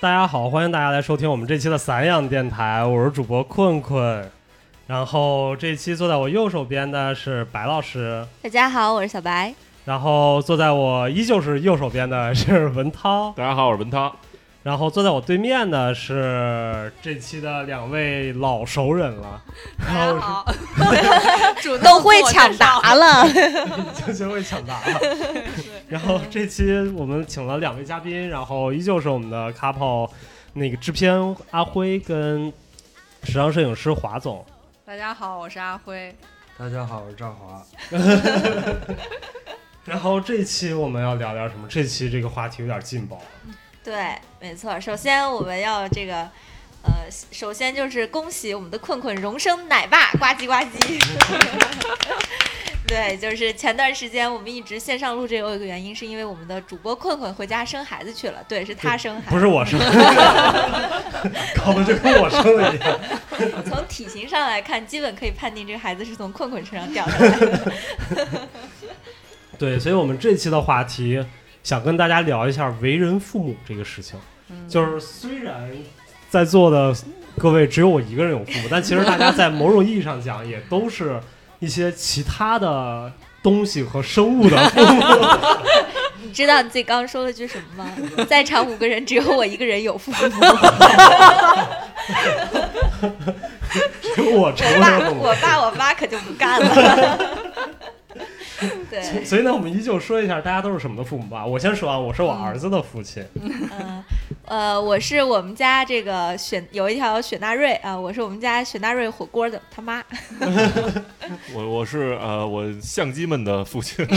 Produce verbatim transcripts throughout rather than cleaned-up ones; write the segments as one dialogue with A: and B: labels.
A: 大家好，欢迎大家来收听我们这期的散养电台，我是主播困困。然后这期坐在我右手边的是白老师。
B: 大家好，我是小白。
A: 然后坐在我依旧是右手边的是文涛。
C: 大家好，我是文涛。
A: 然后坐在我对面的是这期的两位老熟人了。
B: 大家好，都会抢答了，
A: 已经会抢答了。然后这期我们请了两位嘉宾，然后依旧是我们的 couple 那个制片阿辉跟时尚摄影师华总。
D: 大家好，我是阿辉。
E: 大家好，我是赵华。
A: 然后这期我们要聊聊什么？这期这个话题有点劲爆。
B: 对，没错。首先我们要这个，呃，首先就是恭喜我们的困困荣升奶爸，呱唧呱唧。对，就是前段时间我们一直线上录这个有一个原因，是因为我们的主播困困回家生孩子去了。对，是他生孩子，
A: 不是我生。搞得就跟我生的一样。
B: 从体型上来看，基本可以判定这个孩子是从困困身上掉下来的。
A: 对，所以我们这期的话题想跟大家聊一下为人父母这个事情。嗯、就是虽然在座的各位只有我一个人有父母，但其实大家在某种意义上讲也都是一些其他的东西和生物的父母。
B: 你知道你自己刚刚说了句什么吗？在场五个人只有我一个人有父母。
A: 只有我成了父母。
B: 我爸我妈可就不干了。对，
A: 所以呢，我们依旧说一下大家都是什么的父母吧。我先说啊，我是我儿子的父亲。
B: 嗯，呃，我是我们家这个雪有一条雪纳瑞啊、呃，我是我们家雪纳瑞火锅的他妈。
C: 我我是呃我相机们的父亲。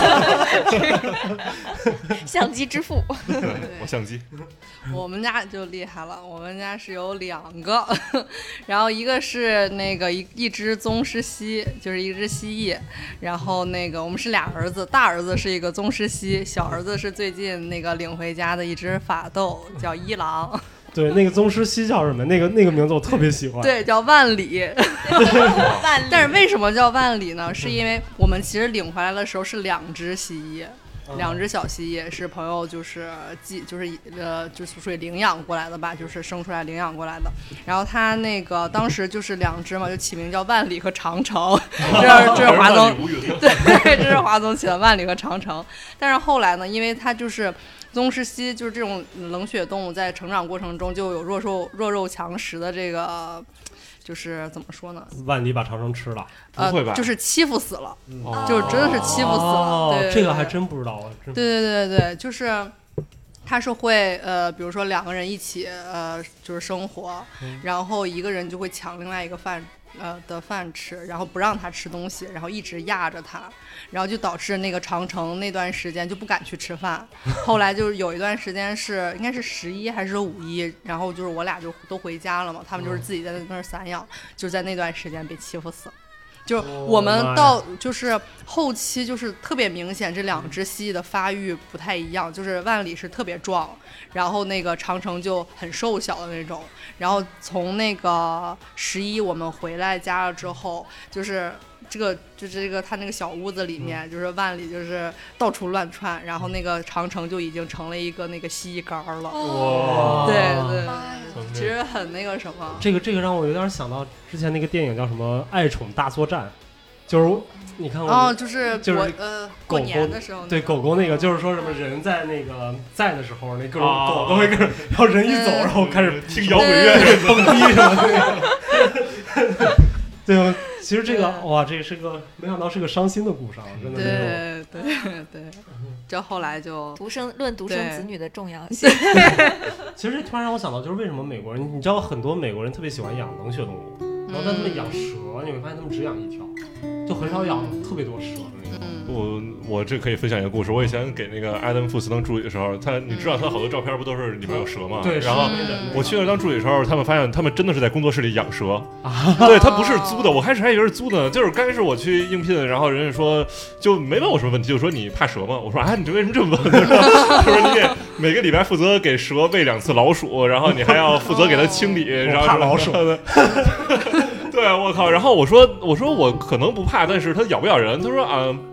B: 相机之父。
C: 我相机。
D: 我们家就厉害了，我们家是有两个，然后一个是那个一一只宗师蜥，就是一只蜥蜴，然后那个我们是俩儿子，大儿子是一个宗师蜥，小儿子是最近那个领回家的一只法斗，叫一郎。
A: 对，那个宗师蜥叫什么？那个那个名字我特别喜欢。
D: 对，叫万里。
B: 万里。
D: 但是为什么叫万里呢？是因为我们其实领回来的时候是两只蜥蜴。两只小蜥蜴是朋友就是寄就是呃就是属于领养过来的吧，就是生出来领养过来的。然后他那个当时就是两只嘛，就起名叫万里和长城。这是这是华总对，这是华总起的万里和长城。但是后来呢，因为他就是宗师蜥，就是这种冷血动物在成长过程中就有弱肉弱肉强食的这个。就是怎么说呢？
A: 万里把长城吃了，
D: 呃，
C: 不会吧？
D: 就是欺负死了，
A: 嗯、
D: 就是真的是欺负死了。
A: 哦、
D: 对，
A: 这个还真不知道啊。
D: 对对对对对，就是他是会呃，比如说两个人一起呃，就是生活，嗯、然后一个人就会抢另外一个饭呃的饭吃，然后不让他吃东西，然后一直压着他。然后就导致那个长城那段时间就不敢去吃饭，后来就是有一段时间是应该是十一还是五一，然后就是我俩就都回家了嘛，他们就是自己在那儿散养，就在那段时间被欺负死了。就我们到就是后期就是特别明显，这两只蜥蜴的发育不太一样，就是万里是特别壮，然后那个长城就很瘦小的那种。然后从那个十一我们回来家了之后，就是这个就是这个他那个小屋子里面，就是万里就是到处乱窜，然后那个长城就已经成了一个那个蜥蜴干了。
A: 哇，
D: 对对，其实很那个什么。
A: 这个这个让我有点想到之前那个电影叫什么《爱宠大作战》，就是你看过
D: 哦，就是
A: 就是
D: 呃过年的时候、那个，
A: 对狗狗那个，就是说什么人在那个在的时候，那各种狗都会跟，然后人一走，然后开始听摇滚乐、蹦迪什么的。对吧？其实这个哇，这是个没想到是个伤心的故事啊，真的。
D: 对对对，这后来就
B: 独生论独生子女的重要性。
A: 其实这突然让我想到，就是为什么美国人，你知道很多美国人特别喜欢养冷血动物，然后但他们养蛇，你会发现他们只养一条，就很少养特别多蛇的那种。
C: 我我这可以分享一个故事。我以前给那个艾登·富斯当助理的时候，他你知道他好多照片不都是里面有蛇吗？
A: 对。
C: 然后我去那当助理的时候，他们发现他们真的是在工作室里养蛇。啊、对，他不是租的。我开始还以为是租的，就是刚开始我去应聘，然后人家说就没问我什么问题，就说你怕蛇吗？我说啊，你这为什么这么问？他说你得每个礼拜负责给蛇喂两次老鼠，然后你还要负责给它清理，然后
A: 怕老鼠。
C: 对，我靠！然后我说我说我可能不怕，但是它咬不咬人？他说啊。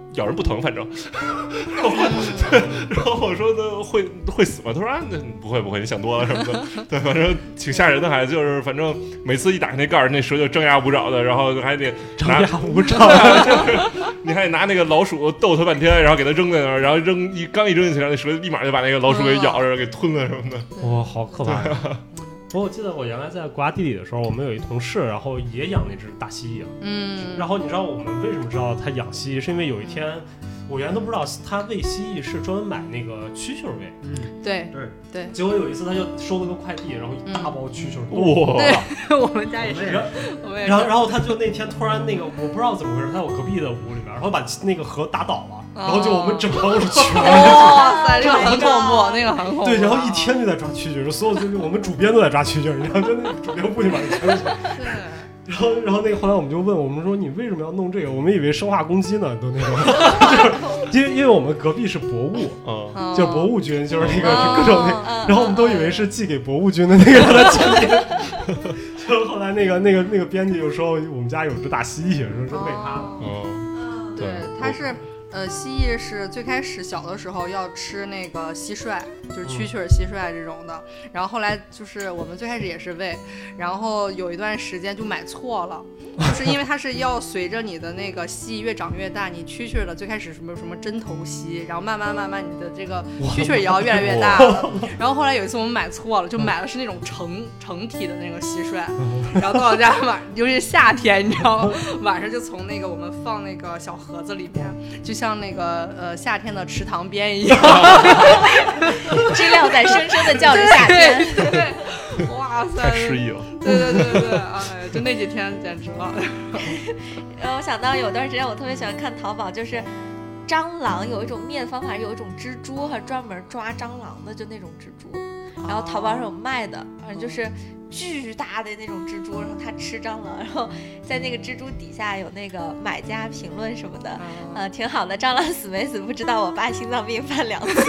C: 咬人不疼，反正。然后然后我说那会会死吗？他说啊，那不会不会，你想多了什么的。对，反正挺吓人的，还就是反正每次一打开那盖儿，那蛇就张牙舞爪的，然后还得
A: 张牙舞爪，
C: 你还得拿那个老鼠逗它半天，然后给它扔在那儿，然后扔一刚一扔进去，然后那蛇立马就把那个老鼠给咬着、给吞了什么的。
A: 哇，好可怕呀！不过我记得我原来在国家地理的时候，我们有一同事，然后也养那只大蜥蜴。
D: 嗯，
A: 然后你知道我们为什么知道他养蜥蜴？是因为有一天，我原来都不知道他喂蜥蜴是专门买那个蛐蛐喂。
D: 嗯，对
E: 对
D: 对。
A: 结果有一次他就收了个快递，然后一大包蛐蛐。
C: 哇、
A: 嗯！
D: 对，我们家也是。我们也是。
A: 然后然后他就那天突然那个我不知道怎么回事，他在我隔壁的屋里面，然后把那个盒打倒了。然后就我们整个都是蛐蛐，
D: 哇塞，这个很恐怖，那个很恐怖。
A: 对，然后一天就在抓蛐蛐，所有就我们主编都在抓蛐蛐，你知道，就那主编部就把它圈起来。对。然后，然后那个后来我们就问我们说你为什么要弄这个？我们以为生化攻击呢，都那种，就是因为因为我们隔壁是博物，嗯，就是博物军，就是那个各种那，然后我们都以为是寄给博物军的那个让他寄。就后来那个那个那个编辑就说我们家有只大蜥蜴，说是喂它的。
C: 嗯，
D: 对，它是。呃，蜥蜴是最开始小的时候要吃那个蟋蟀，就是蛐蛐、蟋蟀这种的。然后后来就是我们最开始也是喂，然后有一段时间就买错了，就是因为它是要随着你的那个蜥越长越大，你蛐蛐的最开始什么什么针头蜥，然后慢慢慢慢你的这个蛐蛐也要越来越大了。然后后来有一次我们买错了，就买的是那种成成体的那个蟋蟀，然后到了家晚，尤其是夏天，你知道吗？晚上就从那个我们放那个小盒子里面就。像那个呃夏天的池塘边一样，
B: 知了在声声的叫着夏天。
D: 对，对哇塞，
C: 太诗意了。
D: 对对对对，哎，就那几天简直了。
B: 然后我想到有段时间我特别喜欢看淘宝，就是蟑螂有一种灭方法，有一种蜘蛛还专门抓蟑螂的，就那种蜘蛛，然后淘宝上有卖的，反正就是巨大的那种蜘蛛，然后它吃蟑螂，然后在那个蜘蛛底下有那个买家评论什么的，呃，挺好的，蟑螂死没死不知道，我爸心脏病犯两次。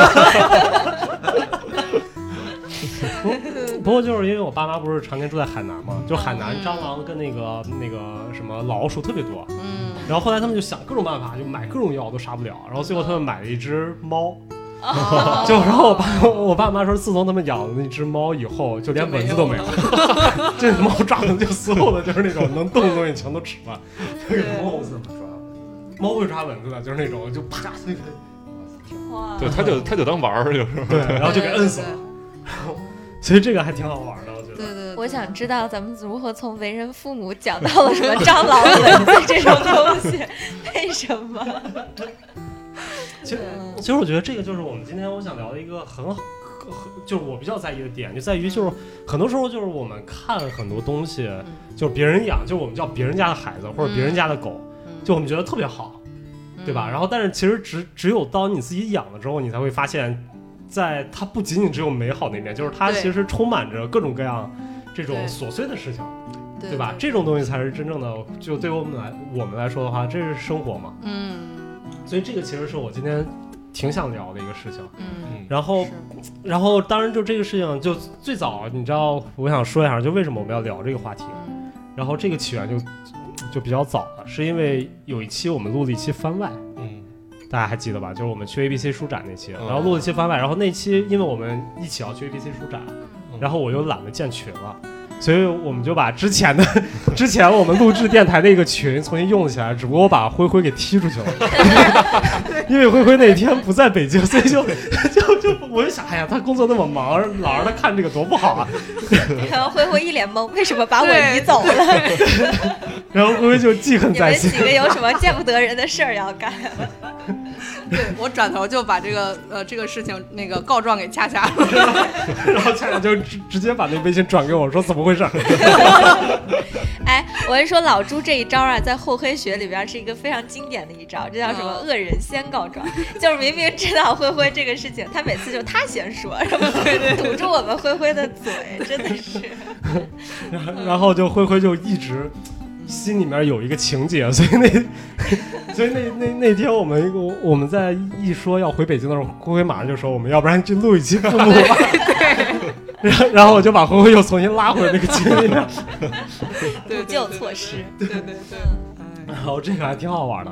A: 不过就是因为我爸妈不是常年住在海南嘛，就海南蟑螂跟那个那个什么老鼠特别多，嗯，然后后来他们就想各种办法，就买各种药都杀不了，然后最后他们买了一只猫。哦、就然后我爸我爸妈说，自从他们养了那只猫以后，就连蚊子都没有。这猫抓的就所有的就是那种能动的东西全都吃了。这个猫怎么抓？猫会抓蚊子的，就是那种就啪那个。
B: 哇！
C: 对，他就他就当玩儿，有时候
A: 对，然后就给摁死了。所以这个还挺好玩的，我觉得。
D: 对对。
B: 我想知道咱们如何从为人父母讲到了什么蟑螂、蚊子这种东西，为什么？
A: 其实，其实我觉得这个就是我们今天我想聊的一个很好，就是我比较在意的点，就在于就是很多时候就是我们看很多东西，就是别人养，就我们叫别人家的孩子或者别人家的狗，就我们觉得特别好，对吧？然后但是其实只只有当你自己养了之后，你才会发现，在它不仅仅只有美好那一面，就是它其实充满着各种各样这种琐碎的事情。对, 对吧？对对对，这种东西才是真正的，就对我们来我们来说的话，这是生活嘛。嗯。所以这个其实是我今天挺想聊的一个事情。嗯。然后，然后当然就这个事情就最早，你知道，我想说一下，就为什么我们要聊这个话题。嗯、然后这个起源就就比较早了，是因为有一期我们录了一期番外。嗯。大家还记得吧？就是我们去 A B C 书展那期，然后录了一期番外，然后那期因为我们一起要去 A B C 书展，然后我又懒得建群了。所以我们就把之前的之前我们录制电台的一个群重新用起来，只不过我把灰灰给踢出去了，因为灰灰那天不在北京，所以就就就我就想，哎呀，他工作那么忙，老让他看这个多不好啊。
B: 然后灰灰一脸懵，为什么把我移走了？
A: 然后灰灰就记恨在心。
B: 你们几个有什么见不得人的事儿要干？
D: 对，我转头就把这个呃这个事情那个告状给恰恰了，
A: 然后恰恰就直直接把那微信转给我说怎么回事。
B: 哎，我是说老朱这一招啊，在厚黑学里边是一个非常经典的一招，这叫什么恶人先告状，就是明明知道灰灰这个事情，他每次就他先说，然后堵住我们灰灰的嘴，真的是。
A: 然后就灰灰就一直心里面有一个情节，所以那所以那那那天我们我我们在一说要回北京的时候，灰灰马上就说我们要不然去录一期父母吧。然后然后我就把灰灰又重新拉回那个群里面，
B: 补救措施。
D: 对对对。
A: 然后这个还挺好玩的。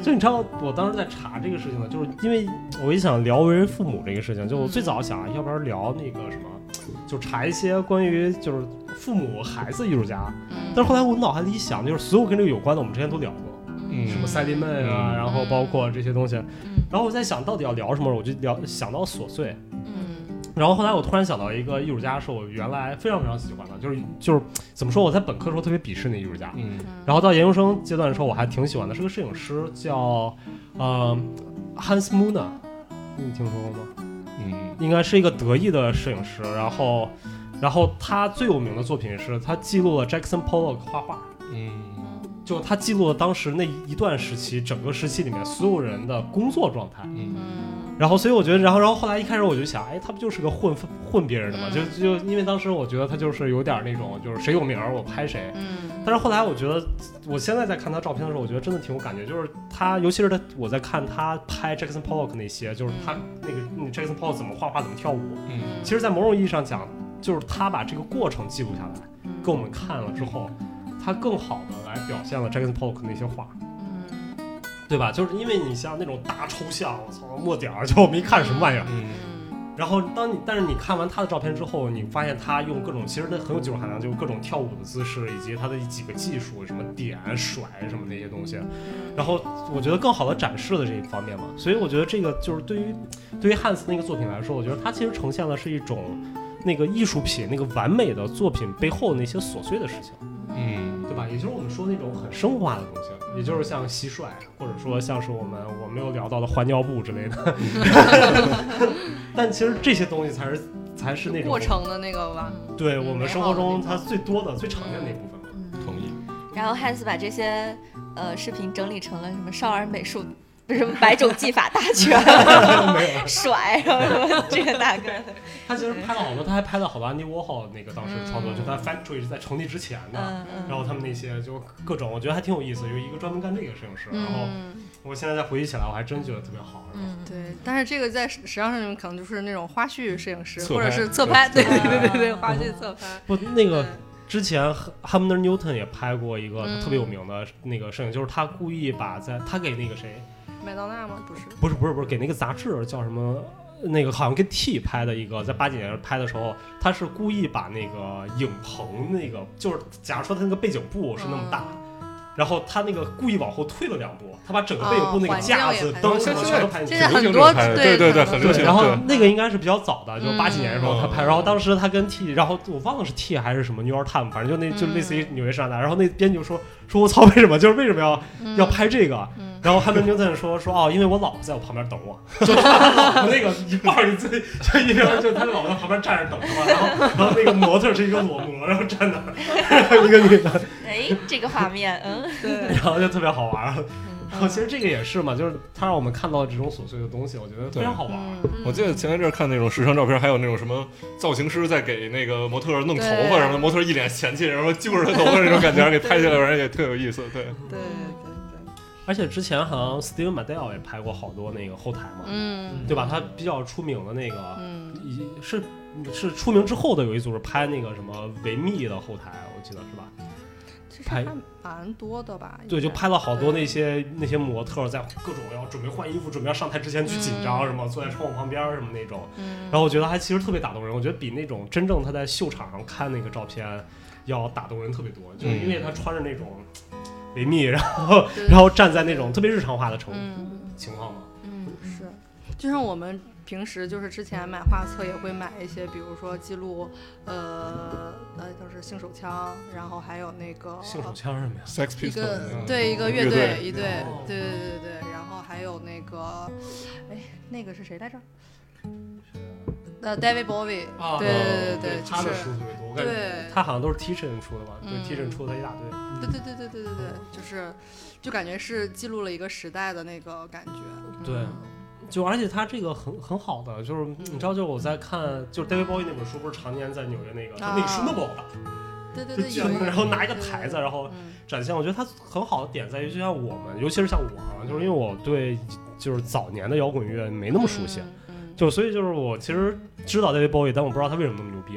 A: 就你知道，我当时在查这个事情呢，就是因为我一想聊为人父母这个事情，就我最早想要不然聊那个什么，就查一些关于就是父母孩子艺术家，但是后来我脑海里一想，就是所有跟这个有关的，我们之前都聊过，
C: 嗯，
A: 什么赛利曼啊，
C: 嗯、
A: 然后包括这些东西，然后我在想到底要聊什么，我就聊想到琐碎，
B: 嗯，
A: 然后后来我突然想到一个艺术家，是我原来非常非常喜欢的，就是就是怎么说，我在本科的时候特别鄙视那艺术家，
C: 嗯，
A: 然后到研究生阶段的时候我还挺喜欢的，是个摄影师叫呃 Hans Muner， 你听说过吗？
C: 嗯，
A: 应该是一个德裔的摄影师，然后然后他最有名的作品是他记录了 Jackson Pollock 画画，
C: 嗯，
A: 就他记录了当时那一段时期整个时期里面所有人的工作状态，
C: 嗯，
A: 然后所以我觉得，然后然后后来一开始我就想，哎，他不就是个混混别人的嘛？就就因为当时我觉得他就是有点那种，就是谁有名我拍谁。
D: 嗯。
A: 但是后来我觉得，我现在在看他照片的时候，我觉得真的挺有感觉。就是他，尤其是他，我在看他拍 Jackson Pollock 那些，就是他那个那 Jackson Pollock 怎么画画、怎么跳舞。
C: 嗯。
A: 其实，在某种意义上讲，就是他把这个过程记录下来，给我们看了之后，他更好的来表现了 Jackson Pollock 那些画。对吧？就是因为你像那种大抽象，我操，墨点儿，就我们一看什么玩意儿。
C: 嗯。
A: 然后当你，但是你看完他的照片之后，你发现他用各种，其实那很有技术含量，就是各种跳舞的姿势，以及他的几个技术，什么点、甩什么那些东西。然后我觉得更好的展示了这一方面嘛。所以我觉得这个就是对于对于汉斯那个作品来说，我觉得它其实呈现的是一种那个艺术品那个完美的作品背后那些琐碎的事情。
C: 嗯，
A: 对吧？也就是我们说那种很生活化的东西，也就是像蟋蟀，或者说像是我们我没有聊到的换尿布之类的。但其实这些东西才是才是那种
D: 过程的那个吧。
A: 对我们生活中它最多的、最常见的那部分嘛。
C: 同意。
B: 然后汉斯把这些呃视频整理成了什么少儿美术。不是百种技法大全，甩然后什么这个那个的。
A: 他其实拍了好多，他还拍了好多安迪沃霍那个当时创作，嗯、就他 Factory 是在成立之前的，
B: 嗯嗯、
A: 然后他们那些就各种，我觉得还挺有意思，有一个专门干这个摄影师，嗯、然后我现在再回忆起来，我还真觉得特别好。
B: 嗯，
D: 对，但是这个在时尚上面可能就是那种花絮摄影师，或者是
C: 侧
D: 拍，对对对对对，花絮侧拍。
A: 不，那个。之前 Hamner Newton 也拍过一个特别有名的那个摄影，嗯、就是他故意把在他给那个谁
D: 麦当娜吗？不是，
A: 不是不是不是给那个杂志叫什么？那个好像跟 T 拍的一个，在八几年拍的时候，他是故意把那个影棚那个，就是假如说他那个背景布是那么大。嗯然后他那个故意往后退了两步，他把整个背影布那个架子、灯什么全都拍进去。
D: 现在很多
C: 对对对，很流行。
A: 然后那个应该是比较早的，就八几年的时候他拍。
C: 嗯、
A: 然后当时他跟 T， 然后我忘了是 T 还是什么 New York Times， 反正就那就类似于纽约时代。然后那编辑就说说我操，为什么就是为什么要、嗯、要拍这个？嗯、然后汉密尔顿说说哦，因为我老婆在我旁边等我，就他老婆那个一半你自己就一边就他老婆在旁边站着等着嘛，然后然后那个模特是一个裸模，然后站那儿一个女的。
B: 哎，这个画面，嗯，
D: 对，
A: 然后就特别好玩。然后其实这个也是嘛，就是他让我们看到这种琐碎的东西，我觉得非常好玩。
C: 我记得前一阵看那种时尚照片，还有那种什么造型师在给那个模特弄头发什么的，模特一脸嫌弃，然后揪着他头发那种感觉给拍下来，反正也特有意思。对，
D: 对对对。
A: 而且之前好像 Steven Madell 也拍过好多那个后台嘛，
D: 嗯，
A: 对吧？他比较出名的那个，嗯，是是出名之后的有一组是拍那个什么维密的后台，我记得是吧？
D: 拍蛮多的吧？
A: 对，就拍了好多那些那些模特在各种要准备换衣服、准备要上台之前去紧张什么，嗯、坐在窗户旁边什么那种。嗯、然后我觉得还其实特别打动人，我觉得比那种真正他在秀场上看那个照片要打动人特别多，嗯、就是因为他穿着那种维密，然后然后站在那种特别日常化的程、嗯、情况嘛。
D: 嗯，是，就像我们。平时就是之前买画册也会买一些，比如说记录，呃呃，就是性手枪，然后还有那个
A: 性手枪是什么呀
C: ？Sex Pistols，
D: 一个对一个乐队一队，对对对对，然后还有那个，哎，那个是谁来着？呃 ，David Bowie，
A: 啊，
D: 对对对对，
A: 他的书特别多，我感觉他好像都是 T-shirt 出的吧？对 ，T-shirt 出的一大堆。
D: 对对对对对对对，就是就感觉是记录了一个时代的那个感觉。
A: 对。就而且他这个很很好的，就是你知道，就是我在看，就是 David Bowie 那本书，不是常年在纽约那个，他、啊、那个书那么大，
D: 对对对，
A: 就然后拿一个台子，然后展现。我觉得他很好的点在于，就像我们，尤其是像我啊，就是因为我对就是早年的摇滚乐没那么熟悉，
D: 嗯嗯、
A: 就所以就是我其实知道 David Bowie，但我不知道他为什么那么牛逼。
D: 嗯。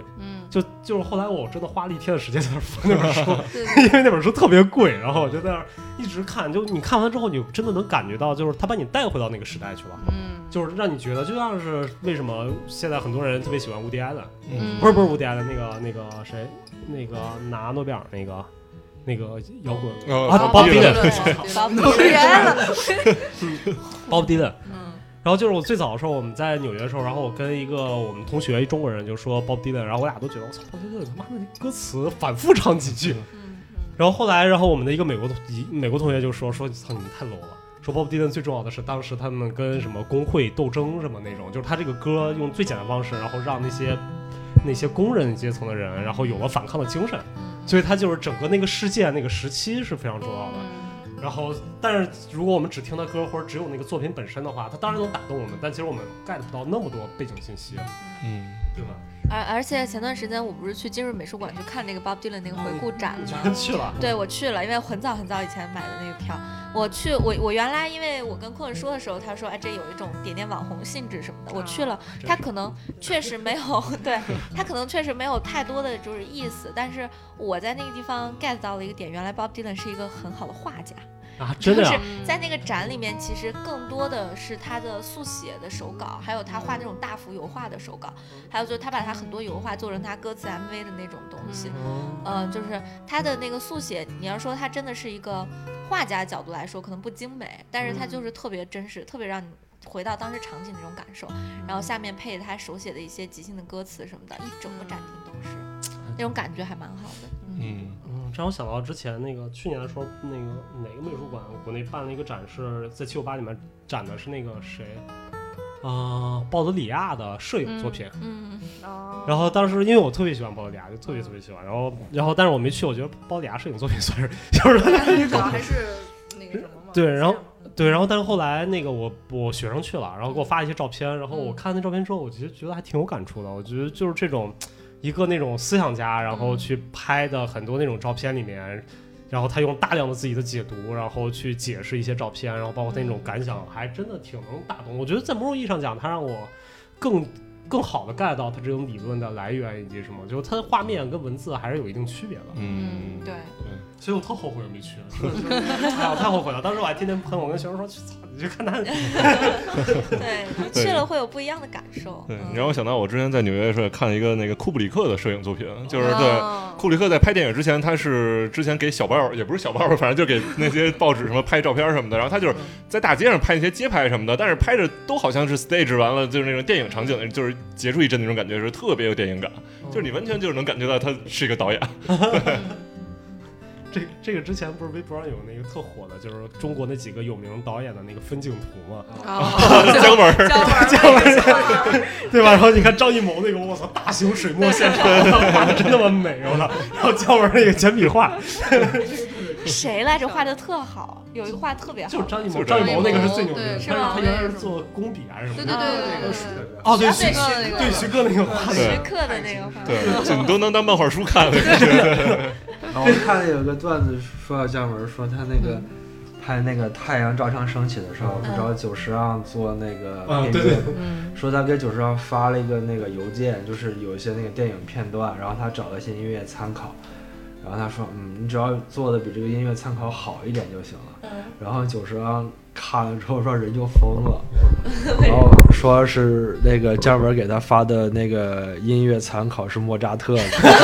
A: 就就是后来我真的花了一天的时间在那翻那本书，
B: 对对
A: 因为那本书特别贵，然后我就在那儿一直看，就你看完之后，你真的能感觉到，就是他把你带回到那个时代去了，
D: 嗯，
A: 就是让你觉得，就像是为什么现在很多人特别喜欢伍迪·艾伦，
C: 嗯
A: 不是不是伍迪·艾伦，那个那个谁，那个拿诺贝尔那个那个摇滚
C: 哦
A: 啊，鲍勃迪伦，
B: 保不人了，
A: 鲍勃迪伦。
D: 嗯
A: 然后就是我最早的时候，我们在纽约的时候，然后我跟一个我们同学，一中国人就说 Bob Dylan，然后我俩都觉得我操 Bob Dylan 他妈的歌词反复唱几句。
B: 嗯
A: 然后后来，然后我们的一个美国一美国同学就说说操你们太 low 了，说 Bob Dylan 最重要的是当时他们跟什么工会斗争什么那种，就是他这个歌用最简单的方式，然后让那些那些工人阶层的人，然后有了反抗的精神，所以他就是整个那个事件那个时期是非常重要的。然后，但是如果我们只听他歌或者只有那个作品本身的话，他当然能打动我们，但其实我们 get 不到那么多背景信息，
C: 嗯，
A: 对吧？
B: 而而且前段时间我不是去今日美术馆去看那个 Bob Dylan 那个回顾展
A: 你居
B: 吗？
A: 然去了？
B: 对，我去了，因为很早很早以前买的那个票。我去，我我原来因为我跟坤说的时候，他说哎这有一种点点网红性质什么的，我去了，他可能确实没有，对他可能确实没有太多的就是意思，但是我在那个地方 get 到了一个点，原来 Bob Dylan 是一个很好的画家。
A: 啊，真的呀、
B: 就是在那个展里面，其实更多的是他的速写的手稿，还有他画那种大幅油画的手稿，还有就是他把他很多油画做成他歌词 M V 的那种东西。呃，就是他的那个速写，你要说他真的是一个画家角度来说，可能不精美，但是他就是特别真实，特别让你回到当时场景那种感受。然后下面配他手写的一些即兴的歌词什么的，一整个展厅都是那种感觉，还蛮好的。
C: 嗯
A: 嗯，这让我想到之前那个去年的时候，那个哪个美术馆国内办了一个展示，在七九八里面展的是那个谁，啊、呃，鲍德里亚的摄影作品。
B: 嗯，哦。
A: 然后当时因为我特别喜欢鲍德里亚，就特别特别喜欢。然后然后但是我没去，我觉得鲍德里亚摄影作品算是就是
D: 主要还是那个什么嘛。
A: 对，然后对，然后但是后来那个我我学生去了，然后给我发一些照片，然后我看那照片之后，我其实觉得还挺有感触的。我觉得就是这种。一个那种思想家，然后去拍的很多那种照片里面，然后他用大量的自己的解读，然后去解释一些照片，然后包括他那种感想，还真的挺能打动。我觉得在某种意义上讲，他让我更更好的 get 到他这种理论的来源以及什么，就是他的画面跟文字还是有一定区别的。
C: 嗯，
B: 对。
A: 所以我特后悔我没去，哎呀，我太后悔了。当时我还天天喷我跟学生说，操，你去看他。
B: 对，你去了会有不一样的感受。
C: 对，
B: 嗯、
C: 你让我想到我之前在纽约的时候也看了一个那个库布里克的摄影作品，就是对、
B: 哦、
C: 库布里克在拍电影之前，他是之前给小报，也不是小报，反正就给那些报纸什么拍照片什么的，然后他就是在大街上拍那些街拍什么的，但是拍着都好像是 stage 完了，就是那种电影场景，就是结束一阵那种感觉，是特别有电影感，就是你完全就是能感觉到他是一个导演。对。
A: 这这个之前不是微博上有那个特火的，就是中国那几个有名导演的那个分镜图嘛，
C: 姜文，
A: 姜文，对吧？然后你看张艺谋那个，我操，大型水墨现场，画的真他妈美，我操！然后姜文那个简笔画，
B: 谁来着画的特好？有一画特别好，
A: 就是张艺谋，张艺谋那个是最牛的，
B: 是吗？
A: 他原来是做工笔还是什么？
D: 对对对对对。
A: 哦，对徐
D: 克，
A: 对徐克那个画，
B: 徐克的那个画，
C: 对，就你都能当漫画书看了。
E: 然后我看了有个段子说到姜文，说他那个拍那个太阳照常升起的时候，不找久石让做那个配乐，说他给久石让发了一个那个邮件，就是有一些那个电影片段，然后他找了一些音乐参考。然后他说，嗯，你只要做的比这个音乐参考好一点就行了。嗯、然后久石让看了之后说人就疯了，然后说是那个姜文给他发的那个音乐参考是莫扎特的。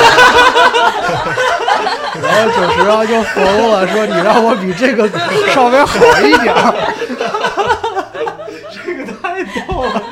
E: 然后久石让就疯了，说你让我比这个稍微好一点。
A: 这个太逗了。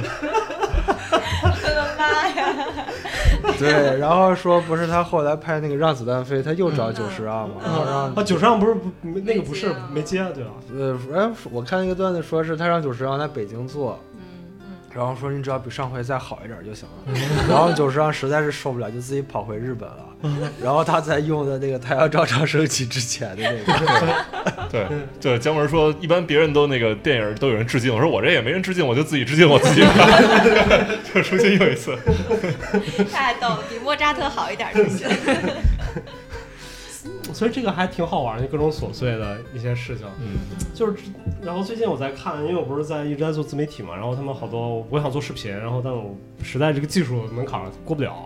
B: 我的妈呀！
E: 对，然后说不是他后来拍那个《让子弹飞》，他又找久石让嘛，然后让
A: 啊久石让不是不那个不是没接对吧？
E: 呃，哎，我看那个段子说是他让久石让在北京做，
B: 嗯嗯，
E: 然后说你只要比上回再好一点就行了。然后久石让实在是受不了，就自己跑回日本了。然后他才用的那个太阳照常升起之前的那个。
C: 对对，姜文说一般别人都那个电影都有人致敬，我说我这也没人致敬，我就自己致敬我自己吧。就重新用一次。
B: 太逗了，比莫扎特好一点就行。
A: 所以这个还挺好玩的，各种琐碎的一些事情。
C: 嗯，
A: 就是，然后最近我在看，因为我不是在一直在做自媒体嘛，然后他们好多我想做视频，然后但我实在这个技术门槛过不了。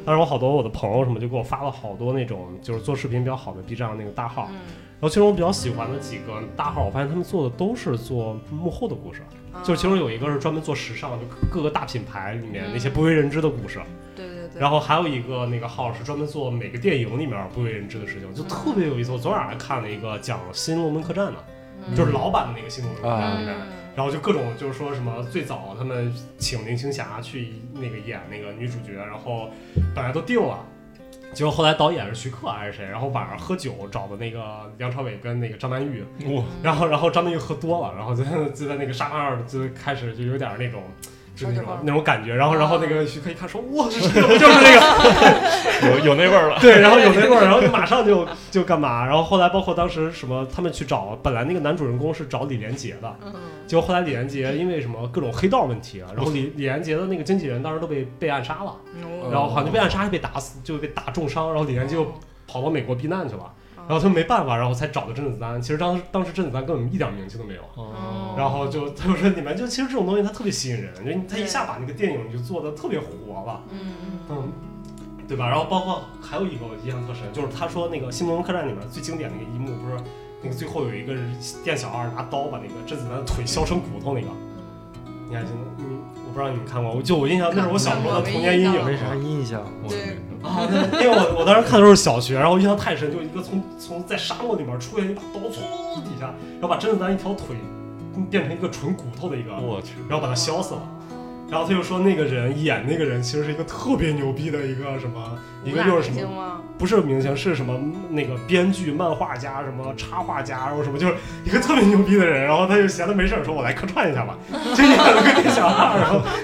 A: 当时我好多我的朋友什么就给我发了好多那种就是做视频比较好的 B 站那个大号，嗯、然后其中我比较喜欢的几个大号，我发现他们做的都是做幕后的故事，啊、就是其中有一个是专门做时尚，就各个大品牌里面那些不为人知的故事。嗯
D: 对对对，
A: 然后还有一个那个号是专门做每个电影里面不为人知的事情，就特别有意思。我昨晚还看了一个讲新龙门客栈的，嗯、就是老版的那个新龙门客栈里面，嗯、然后就各种就是说什么最早他们请林青霞去那个演那个女主角，然后本来都定了，结果后来导演是徐克还是谁，然后晚上喝酒找的那个梁朝伟跟那个张曼玉，嗯、然后然后张曼玉喝多了，然后就就在那个沙发上就开始就有点那种。就那种那种感觉，然后然后那个徐克一看说，哇，这是不就是那个
C: 有有那味儿了？
A: 对，然后有那味儿，然后就马上就就干嘛？然后后来包括当时什么，他们去找，本来那个男主人公是找李连杰的，结果后来李连杰因为什么各种黑道问题啊，然后李李连杰的那个经纪人当时都被被暗杀了，然后好像就被暗杀，被打死，就被打重伤，然后李连杰就跑到美国避难去了。然后他们没办法，然后才找的甄子丹。其实当时当时甄子丹根本一点名气都没有。哦。然后就他就说你们就其实这种东西它特别吸引人，就他一下把那个电影就做的特别活了。嗯嗯。对吧？然后包括还有一个我印象特深，就是他说那个《新龙门客栈》里面最经典的一个一幕，不是那个最后有一个店小二拿刀把那个甄子丹的腿削成骨头那个。你还记得？嗯，我不知道你们看过，我就我印象那是我小时候的童年阴影。
E: 没啥印象。
D: 对。
A: 啊，因为我我当时看的时候是小学，然后印象太深，就一个从从在沙漠里面出现一把刀，嗖底下，然后把甄子丹一条腿变成一个纯骨头的一个，我去，然后把他削死了。然后他就说那个人演那个人其实是一个特别牛逼的一个什么，一个又是什么？不是明星，是什么那个编剧、漫画家、什么插画家，然后什么就是一个特别牛逼的人。然后他就闲得没事说：“我来客串一下吧。”就演了个小二，然后。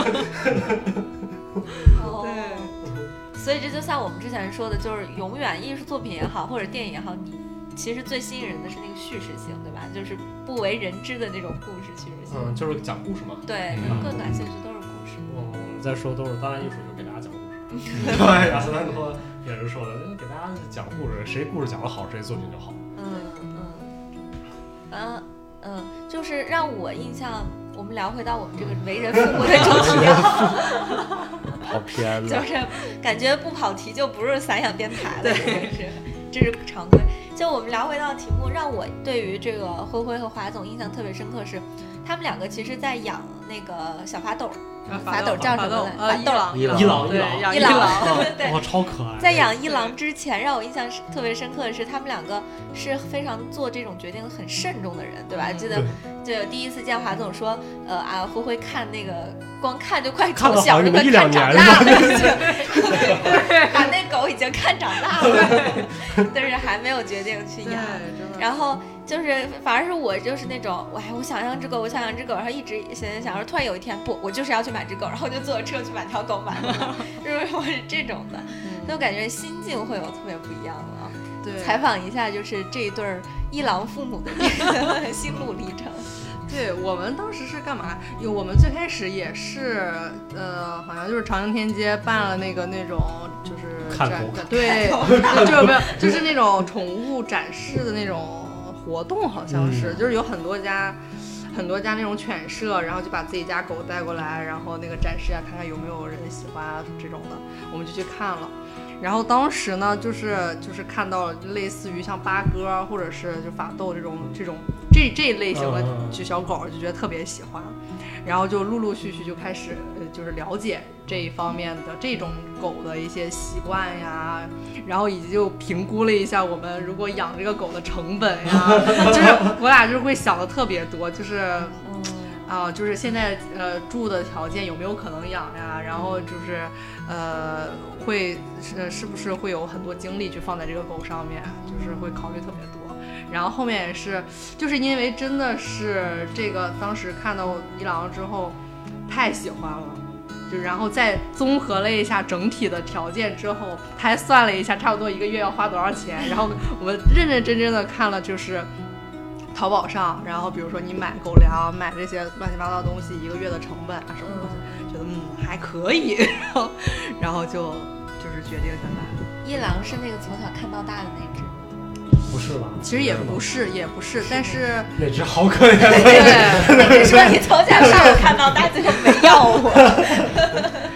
B: 所以这就像我们之前说的，就是永远艺术作品也好，或者电影也好，你其实最吸引人的是那个叙事性，对吧？就是不为人知的那种故事叙事性。
A: 嗯，就是讲故事嘛。
B: 对，嗯、更感兴趣都是故事。
A: 我我们在说都是当代艺术，就给大家讲故事。对，亚瑟兰多也是说的，给大家讲故事，谁故事讲得好，谁作品就好。
B: 嗯嗯嗯嗯，就是让我印象，我们聊回到我们这个为人父母的主题。
E: 跑偏了，
B: 就是感觉不跑题就不是散养电台了，这是这是常规。就我们聊回到题目，让我对于这个灰灰和华总印象特别深刻是，他们两个其实在养那个小法斗，法斗叫什么来？
D: 呃，
B: 一郎，
A: 一郎，一郎，
B: 一郎，对，
A: 哇，超可爱。
B: 在养一郎之前，让我印象特别深刻的是，他们两个是非常做这种决定很慎重的人，对吧？记得就第一次见华总说，呃啊，灰灰看那个。光看就快从小就快看长大了，已经，把那狗已经看长大了，但是还没有决定去养。然后就是，反而是我就是那种，哎，我想养只狗，我想养只狗，然后一直想想想，突然有一天，不，我就是要去买只狗，然后就坐车去把条狗买了，是不是？我是这种的，所以我感觉心境会有特别不一样的。
D: 对，
B: 采访一下就是这一对一郎父母的这个心路历程。
D: 对，我们当时是干嘛？有我们最开始也是，呃，好像就是长宁天街办了那个那种就是展，对，就没有，就是那种宠物展示的那种活动，好像是，嗯、就是有很多家。很多家那种犬舍，然后就把自己家狗带过来，然后那个展示啊，看看有没有人喜欢啊这种的，我们就去看了。然后当时呢，就是就是看到类似于像八哥或者是就法斗这种这种这这一类型的就小狗，就觉得特别喜欢，然后就陆陆续续就开始呃就是了解这一方面的这种狗的一些习惯呀，然后以及就评估了一下我们如果养这个狗的成本呀，就是我俩就会想的特别多，就是啊、呃，就是现在呃住的条件有没有可能养呀，然后就是呃会是是不是会有很多精力去放在这个狗上面，就是会考虑特别多。然后后面也是就是因为真的是这个当时看到一郎之后太喜欢了，就然后再综合了一下整体的条件之后，他还算了一下差不多一个月要花多少钱，然后我们认认真真的看了就是淘宝上，然后比如说你买狗粮买这些乱七八糟的东西一个月的成本啊什么的，嗯、觉得嗯还可以，然后然后就就是决定下来。
B: 一郎是那个从小看到大的那只。
A: 不是吧？
D: 其实也不是，也不是，但是
A: 那只好可怜。
B: 对，你说你从小让我看到大，最后没要我。
D: 但是好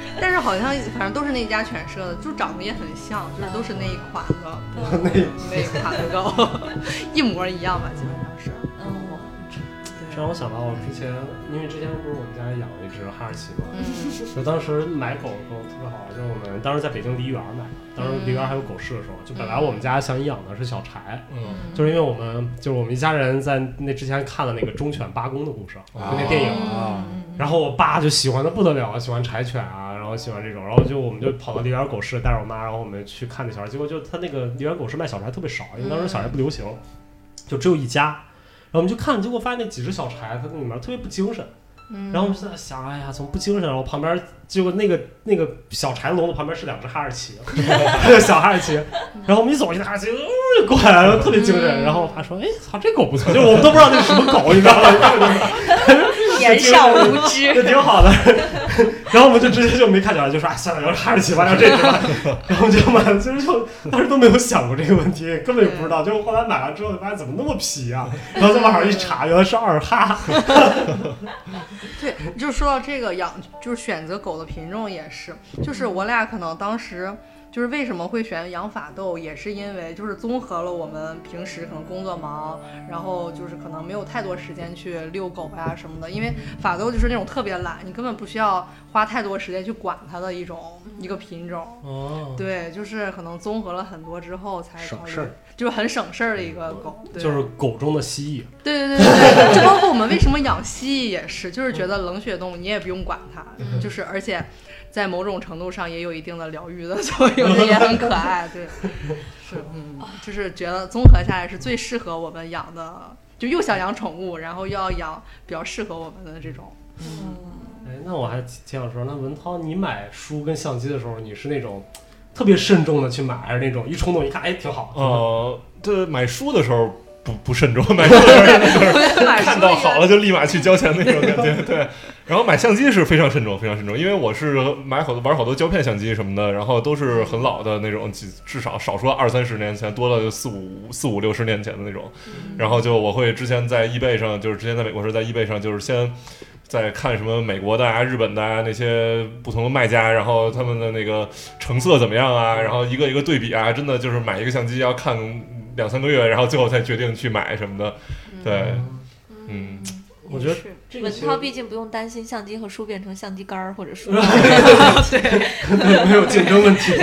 D: 好像反正都是那家犬舍的，就长得也很像，就是都是那一款的，
A: 那
D: 那一款的狗，一模一样吧，基本上是。
B: 嗯，
A: 这让我想到我之前，因为之前不是我们家养了一只哈士奇嘛，
D: 嗯，
A: 就当时买狗的时候特别好玩，就是我们当时在北京梨园买的，当时梨园还有狗市的时候，就本来我们家想养的是小柴，
C: 嗯，
A: 就是因为我们就是我们一家人在那之前看了那个忠犬八公的故事，就那电影啊，然后我爸就喜欢的不得了，喜欢柴犬啊，然后喜欢这种，然后就我们就跑到梨园狗市带着我妈，然后我们去看那小柴，结果就他那个梨园狗市卖小柴特别少，因为当时小柴不流行，就只有一家。然后我们就看，结果发现那几只小柴，它那里面特别不精神。嗯、然后我们就在想，哎呀，怎么不精神？然后旁边结果那个那个小柴笼子旁边是两只哈士奇，小哈士奇。然后我们一走进哈士奇，哦，就过来了，特别精神。然后我爸说，哎，操，这狗不错，就我们都不知道那是什么狗，你知道吗？
B: 年少无知，
A: 这挺好的。然后我们就直接就没看小孩，就说啊，算了，要哈士奇吧，要这只吧。然后就买了，其实就当时都没有想过这个问题，根本也不知道。结果后来买完之后，发现怎么那么皮啊？然后在网上一查，原来是二哈。
D: 对，就说到这个养，就是选择狗的品种也是，就是我俩可能当时。就是为什么会选养法斗，也是因为就是综合了我们平时可能工作忙，然后就是可能没有太多时间去遛狗呀什么的。因为法斗就是那种特别懒，你根本不需要花太多时间去管它的一种一个品种。哦，对，就是可能综合了很多之后才
A: 省事儿，
D: 就是很省事儿的一个狗。对，
A: 就是狗中的蜥蜴。
D: 对对对对，就包括我们为什么养蜥蜴也是，就是觉得冷血动物你也不用管它，嗯、就是而且。在某种程度上也有一定的疗愈的作用，也很可爱，对，是，嗯，就是觉得综合下来是最适合我们养的，就又想养宠物，然后又要养比较适合我们的这种。
A: 嗯，哎，那我还挺想说，那文涛，你买书跟相机的时候，你是那种特别慎重的去买，还是那种一冲动一看，哎，挺好？
C: 呃，这买书的时候。不不慎重，买书的时候看到好了就立马去交钱那种感觉，对。然后买相机是非常慎重，非常慎重，因为我是买好多玩好多胶片相机什么的，然后都是很老的那种，至少少说二三十年前，多了就四五四五六十年前的那种。然后就我会之前在 eBay 上，就是之前在美国是在 eBay 上，就是先在看什么美国的啊、日本的啊那些不同的卖家，然后他们的那个成色怎么样啊，然后一个一个对比啊，真的就是买一个相机要看两三个月，然后最后才决定去买什么的。对，嗯，
A: 我觉得
B: 文涛毕竟不用担心相机和书变成相机杆或者书
A: 对，没有竞争问题。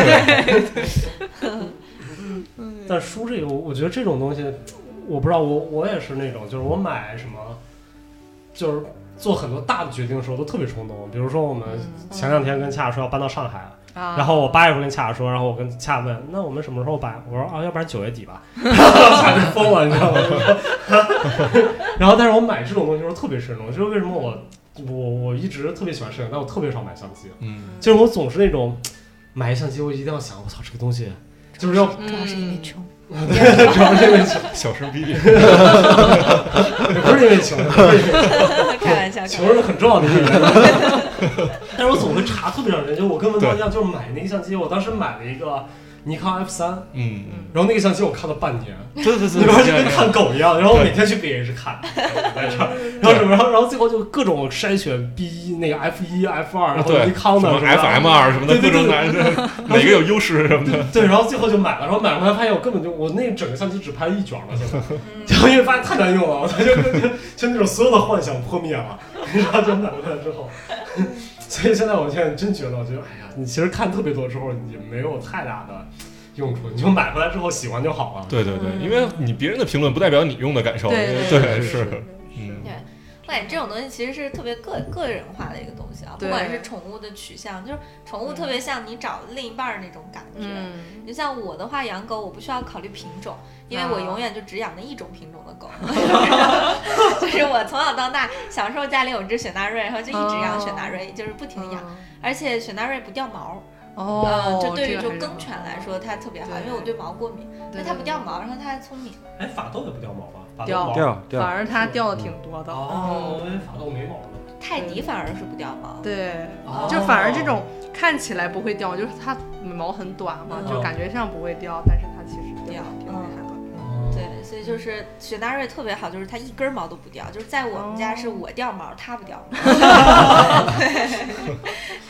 A: 但书这个，我觉得这种东西，我不知道，我我也是那种，就是我买什么，就是做很多大的决定的时候都特别冲动。比如说我们前两天跟恰恰说要搬到上海。然后我八月份跟恰恰说，然后我跟恰恰问，那我们什么时候搬？我说啊，要不然九月底吧。恰恰疯了，你知道吗？然后，但是我买这种东西的时候特别慎重，就是为什么我我我一直特别喜欢摄影，但我特别少买相机。嗯，就是我总是那种买相机，我一定要想，我操，这个东西就是要，
B: 主要是因为穷。
A: 主要是因为穷，
C: 小声逼逼，
A: 不是因为穷，
B: 开玩笑，
A: 穷是很重要的一个原因。但是我总会查特别长时间，就我跟文涛一样，就是买那个相机，我当时买了一个尼康 F 三，嗯，然后那个相机我看了半年，
C: 对对对，
A: 然后就跟看狗一样，然后我每天去 B H 看，在这儿，然后什么，然后然后最后就各种筛选 B 一那个 F 一 F 二，然后尼康的
C: F M 二什么的，各种哪哪个有优势什么的，
A: 对，然后最后就买了，然后买回来发现我根本就我那整个相机只拍了一卷了，现在，然后因为发现太难用了，我就就就那种所有的幻想破灭了，然后就买回来之后。所以现在我现在真觉得，我觉得，哎呀，你其实看特别多之后，你没有太大的用处，你就买回来之后喜欢就好了。
C: 对对对，因为你别人的评论不代表你用的感受。
D: 对
C: 对对是，
B: 嗯，对。我感觉这种东西其实是特别个个人化的一个东西啊，不管是宠物的取向，就是宠物特别像你找另一半那种感觉。嗯，就像我的话，养狗我不需要考虑品种，因为我永远就只养那一种品种的狗。就是我从小到大，小时候家里有只雪纳瑞，然后就一直养雪纳瑞，就是不停养，而且雪纳瑞不掉毛。哦，呃，这对于就梗犬来说，它特别好，因为我对毛过敏，所以它不掉毛，然后它还聪明。
A: 哎，法斗也不掉毛吧？
D: 掉
E: 掉掉，
D: 反而它掉的挺多的。
A: 哦，因为法斗没毛的。
B: 泰迪反而是不掉毛。
D: 对，就反而这种看起来不会掉，就是它毛很短嘛，就感觉上不会掉，但是它其实掉挺厉害的。
B: 对，所以就是雪纳瑞特别好，就是它一根毛都不掉，就是在我们家是我掉毛，它不掉毛。对，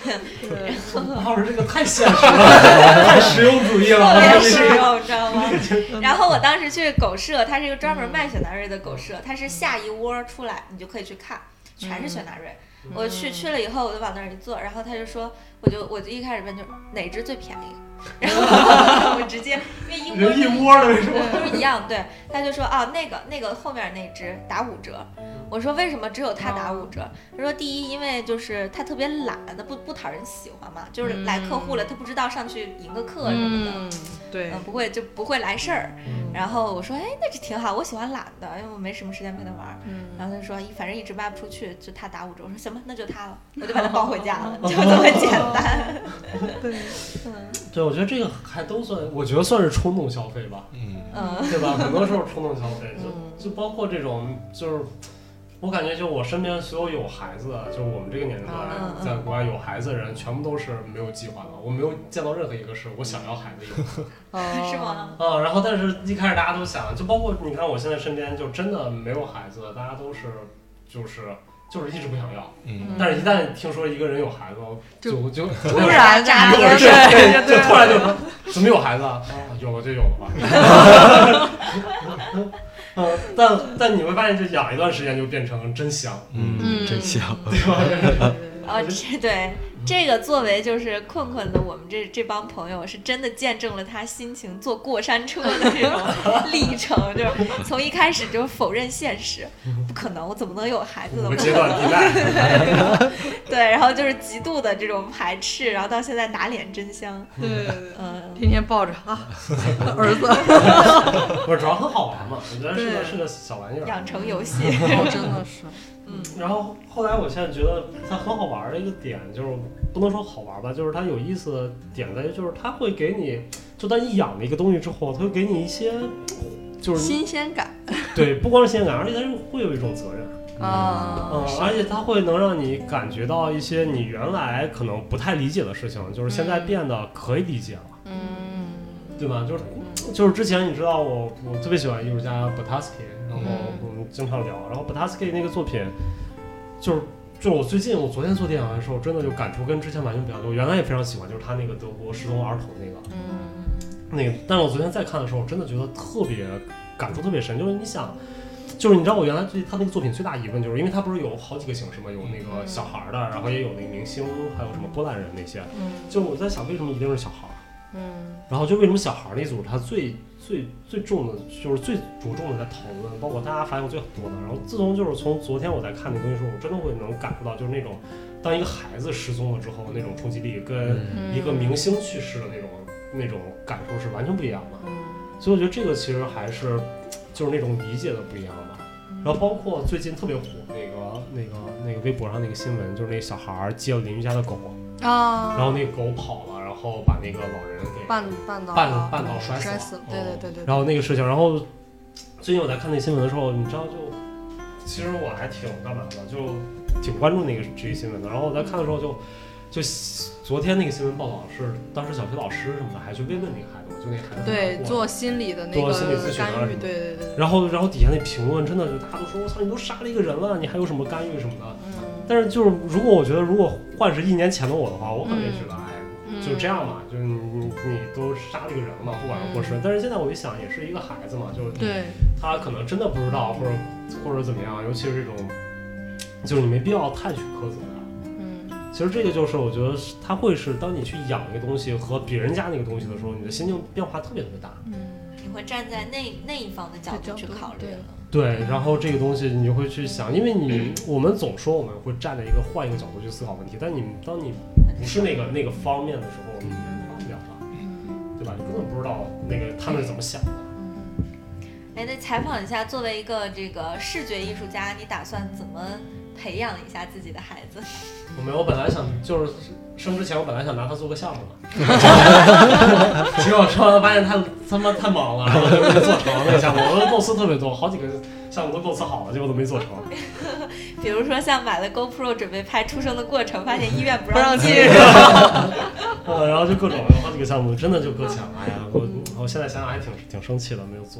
A: 老师这个太现实了，太实用主义了，
B: 特别实用，知道吗？然后我当时去狗舍，它是一个专门卖雪纳瑞的狗舍，它是下一窝出来，你就可以去看，全是雪纳瑞。嗯、我去去了以后，我就往那儿一坐，然后他就说，我就我就一开始问就哪只最便宜，然后我直接因为一窝
A: 一窝的为什么
B: 都是一样，对，他就说啊那个那个后面那只打五折，我说为什么只有他打五折？他说第一因为就是他特别懒，他不不讨人喜欢嘛，就是来客户了，他不知道上去迎个客什么的，
D: 嗯、对，
B: 嗯不会就不会来事儿。然后我说哎那这挺好，我喜欢懒的，因为我没什么时间陪他玩。嗯、然后他说反正一直卖不出去，就他打五折。我说行吧，那就他了，我就把他抱回家了，就这么简单。
D: 对，
B: 嗯，
A: 对，我觉得这个还都算，我觉得算是冲动消费吧，嗯，对吧？很多时候冲动消费，就就包括这种，就是我感觉就我身边所有有孩子的，就是我们这个年龄段在国外有孩子的人，全部都是没有计划的。我没有见到任何一个是我想要孩子有，
B: 是吗？
A: 啊，然后但是一开始大家都想，就包括你看我现在身边就真的没有孩子的，大家都是就是就是一直不想要，嗯，但是一旦听说一个人有孩子，就就
D: 突然
B: 炸
A: 对对对，就突然就说怎么有孩子啊？啊，有了就有了吧。嗯，但但你会发现，就养一段时间就变成真香，
E: 嗯，真香，
A: 对吧？
B: 哦，这对这个作为就是困困的我们这这帮朋友，是真的见证了他心情坐过山车的这种历程，就是从一开始就是否认现实，不可能，我怎么能有孩子呢？
A: 阶段地带，
B: 对，然后就是极度的这种排斥，然后到现在打脸真香，
D: 对对对，
B: 嗯，
D: 天天抱着啊，儿子，
A: 不是主要很好玩嘛，我觉得是个是个小玩意儿，
B: 养成游戏，
D: 真的是。
A: 嗯，然后后来我现在觉得它很好玩的一个点，就是不能说好玩吧，就是它有意思的点在于，就是它会给你，就当你养了一个东西之后，它会给你一些，就是
D: 新鲜感。
A: 对，不光是新鲜感，而且它会有一种责任
D: 啊，
A: 嗯，而且它会能让你感觉到一些你原来可能不太理解的事情，就是现在变得可以理解了，嗯，对吧？就是就是之前你知道我我特别喜欢艺术家 Butowski， 然后我们经常聊，然后 Butowski 那个作品，就是就是我最近我昨天做电影的时候，真的就感触跟之前完全不一样。我原来也非常喜欢，就是他那个德国失踪儿童那个，嗯，那个，但是我昨天再看的时候，真的觉得特别感触特别深。就是你想，就是你知道我原来对他那个作品最大疑问，就是因为他不是有好几个形式嘛，有那个小孩的，然后也有那个明星，还有什么波兰人那些，嗯，就我在想为什么一定是小孩。嗯，然后就为什么小孩那组他最最最重的就是最着重的在讨论，包括大家反应最多的。然后自从就是从昨天我在看那东西的时候，我真的会能感受到，就是那种当一个孩子失踪了之后那种冲击力，跟一个明星去世的那种、嗯、那种感受是完全不一样的。嗯，所以我觉得这个其实还是就是那种理解的不一样吧。然后包括最近特别火那个那个那个微博上那个新闻，就是那个小孩接了邻居家的狗啊，然后那个狗跑了。然后把那个老人给
D: 绊绊倒
A: 绊绊倒摔
D: 摔死了，对对对对。
A: 然后那个事情，然后最近我在看那新闻的时候，你知道就，其实我还挺干嘛的，就挺关注那个这些新闻的。然后我在看的时候就，就昨天那个新闻报道是，当时小学老师什么的还去慰问那个孩子，就那孩子
D: 对做心理的那个
A: 做心理咨询啊什么，
D: 对对对。
A: 然后然后底下那评论真的就大家都说我操，你都杀了一个人了，你还有什么干预什么的。嗯。但是就是如果我觉得如果换是一年前的我的话，我可能也觉得哎。就这样嘛，就是你你都杀了一个人了嘛，不管是过失。但是现在我一想，也是一个孩子嘛，就是他可能真的不知道，或者或者怎么样，尤其是这种，就是你没必要太去苛责他。嗯，其实这个就是我觉得他会是当你去养一个东西和别人家那个东西的时候，你的心境变化特别特别大。
B: 嗯，你会站在那那一方的角度去考虑了。
A: 对，然后这个东西你就会去想，因为你我们总说我们会站在一个换一个角度去思考问题，但你当你不是那个那个方面的时候，你管不了了，对吧？你根本不知道那个他们是怎么想的。
B: 哎，那采访一下，作为一个这个视觉艺术家，你打算怎么培养一下自己的孩子？
A: 我没有，我本来想就是生之前，我本来想拿他做个项目的，结果说完发现他他妈太忙了，然后就没做成那个项目。我的构思特别多，好几个项目都构思好了，结果都没做成。
B: 比如说像买了 GoPro 准备拍出生的过程，发现医院不让进，
A: 嗯，然后就各种好几个项目真的就搁浅了。哎呀，我我现在想想还挺挺生气的，没有做。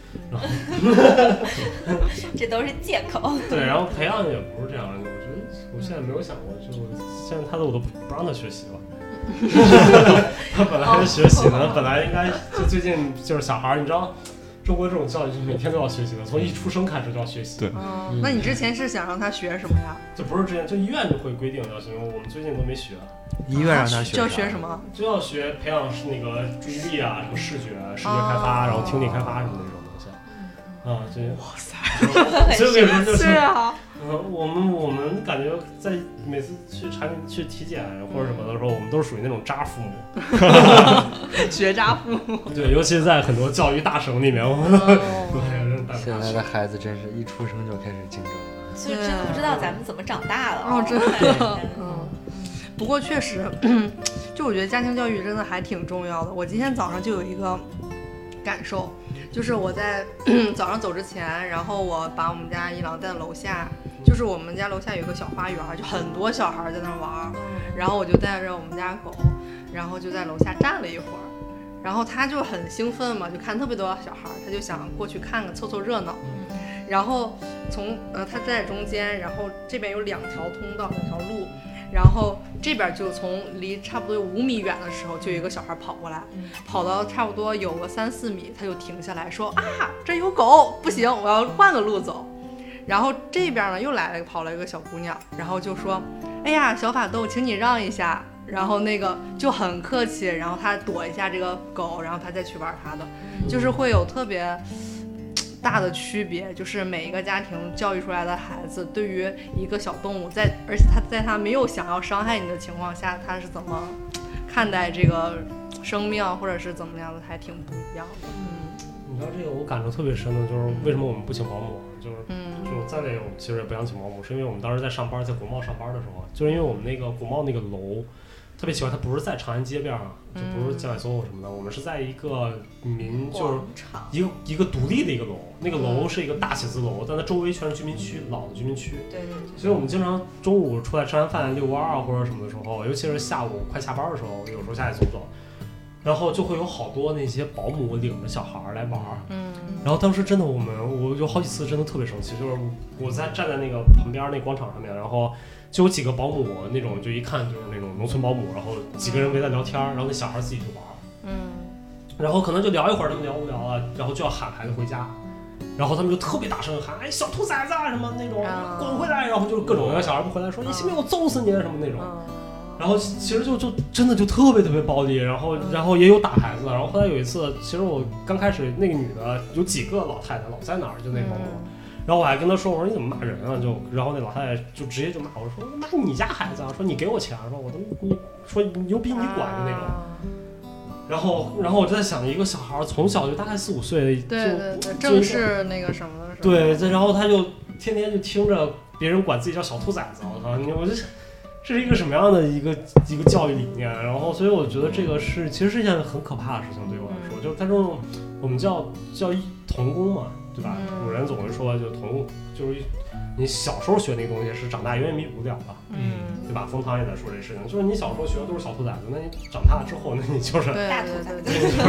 A: 然后
B: 这都是借口。
A: 对，然后培养也不是这样的，我觉得我现在没有想过，就现在他的我都不让他学习了。他本来是学习的，本来应该就最近就是小孩，你知道。中国这种教育是每天都要学习的，从一出生开始就要学习。
C: 对，
D: 哦，那你之前是想让他学什么呀？
A: 就不是之前，就医院就会规定要学，我们最近都没学。
E: 医院让他学，
D: 就要学什么？
A: 就要学培养那个注意力啊，什么视觉、视觉开发，然后听力开发什么的这种东西。啊，这
D: 哇塞，
A: 所以我跟你说就是，
D: 是啊，
A: 嗯，我们我们感觉在每次去产品去体检或者什么的时候，我们都是属于那种渣父母，
D: 学渣父母。
A: 对，尤其在很多教育大省里面，我们对，
E: 现在的孩子真是一出生就开始竞争了，
B: 所以真的不知道咱们怎么长大了。
D: 哦，真的，嗯。不过确实，就我觉得家庭教育真的还挺重要的。我今天早上就有一个感受。就是我在早上走之前，然后我把我们家一郎带到楼下，就是我们家楼下有个小花园，就很多小孩在那玩，然后我就带着我们家狗，然后就在楼下站了一会儿，然后他就很兴奋嘛，就看特别多小孩，他就想过去看看凑凑热闹，然后从呃他在中间，然后这边有两条通道，两条路。然后这边就从离差不多有五米远的时候，就有一个小孩跑过来，跑到差不多有个三四米，他就停下来说啊，这有狗，不行，我要换个路走。然后这边呢又来了跑了一个小姑娘，然后就说，哎呀，小法斗，请你让一下。然后那个就很客气，然后他躲一下这个狗，然后他再去玩他的，就是会有特别大的区别，就是每一个家庭教育出来的孩子对于一个小动物在，而且他在他没有想要伤害你的情况下，他是怎么看待这个生命或者是怎么样的，还挺不一样的。
A: 嗯，你知道这个我感受特别深的就是为什么我们不请保姆，就是嗯，就再为我们其实也不想请保姆，是因为我们当时在上班，在国贸上班的时候，就是因为我们那个国贸那个楼特别奇怪，它不是在长安街边上，就不是江海 S O 什么的，我们是在一个民，就是一个一个独立的一个楼，那个楼是一个大写字楼，但它周围全是居民区，老的居民区。
B: 对对对。
A: 所以我们经常中午出来吃完饭遛弯啊或者什么的时候，尤其是下午快下班的时候，有时候下去走走，然后就会有好多那些保姆领着小孩来玩。嗯。然后当时真的我们，我有好几次真的特别生气，就是我在站在那个旁边那广场上面，然后。就有几个保姆那种，就一看就是那种农村保姆，然后几个人围在聊天，然后那小孩自己就玩，嗯，然后可能就聊一会儿，他们聊无聊了，然后就要喊孩子回家，然后他们就特别大声喊，哎，小兔崽子啊什么那种，滚回来，然后就是各种，然后小孩不回来说，你信不信我揍死你什么那种，然后其实就就真的就特别特别暴力，然后然后也有打孩子，然后后来有一次，其实我刚开始那个女的有几个老太太老在那儿，就那保姆。然后我还跟他说，我说你怎么骂人啊？就然后那老太太就直接就骂我说，骂你家孩子啊！说你给我钱，说我都你说牛逼你管就那种。然后然后我就在想，一个小孩从小就大概四五岁，
D: 对对对，正是那个什么的时候。
A: 对，然后他就天天就听着别人管自己叫小兔崽子，我操！我就这是一个什么样的一个一个教育理念？然后所以我觉得这个是其实是一件很可怕的事情，对我来说，就他这种我们叫叫童工嘛。对吧？古人总会说，就童就是你小时候学那个东西，是长大永远弥补不了的，嗯，对吧？冯唐也在说这事情，就是你小时候学的都是小兔崽子，那你长大之后，那你就是
B: 大兔崽子。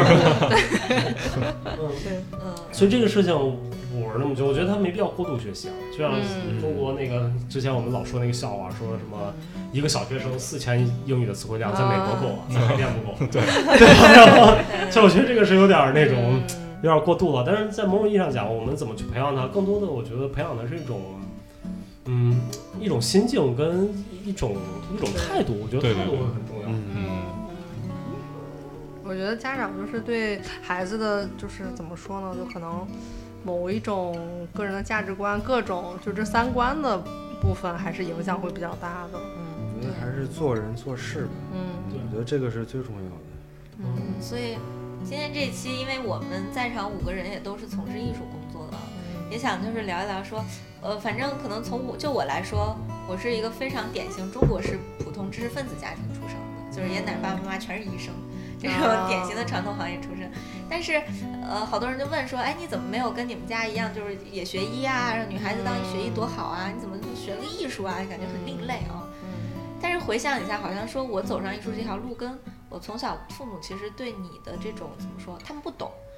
A: 嗯，嗯，所以这个事情我是那么觉得，我觉得他没必要过度学习啊。就像中国那个之前我们老说那个笑话，说什么一个小学生四千英语的词汇量，在美国够，在海淀不够。对，然后就我觉得这个是有点那种。有点过度了，但是在某种意义上讲，我们怎么去培养它？更多的，我觉得培养的是一种，嗯，一种心境跟一种一种态度。我觉得态度会很重要。嗯，
D: 我觉得家长就是对孩子的，就是怎么说呢？就可能某一种个人的价值观，各种就这三观的部分，还是影响会比较大的。嗯，
E: 我觉得还是做人做事吧。嗯，我觉得这个是最重要的。
B: 嗯，所以。今天这期，因为我们在场五个人也都是从事艺术工作的，也想就是聊一聊说，呃，反正可能从我就我来说，我是一个非常典型中国式普通知识分子家庭出生的，就是爷爷奶奶爸爸妈妈全是医生，这种典型的传统行业出身。但是，呃，好多人就问说，哎，你怎么没有跟你们家一样，就是也学医啊？让女孩子当学医多好啊？你怎么学个艺术啊？感觉很另类啊。但是回想一下，好像说我走上艺术这条路跟。我从小父母其实对你的这种怎么说，他们不懂，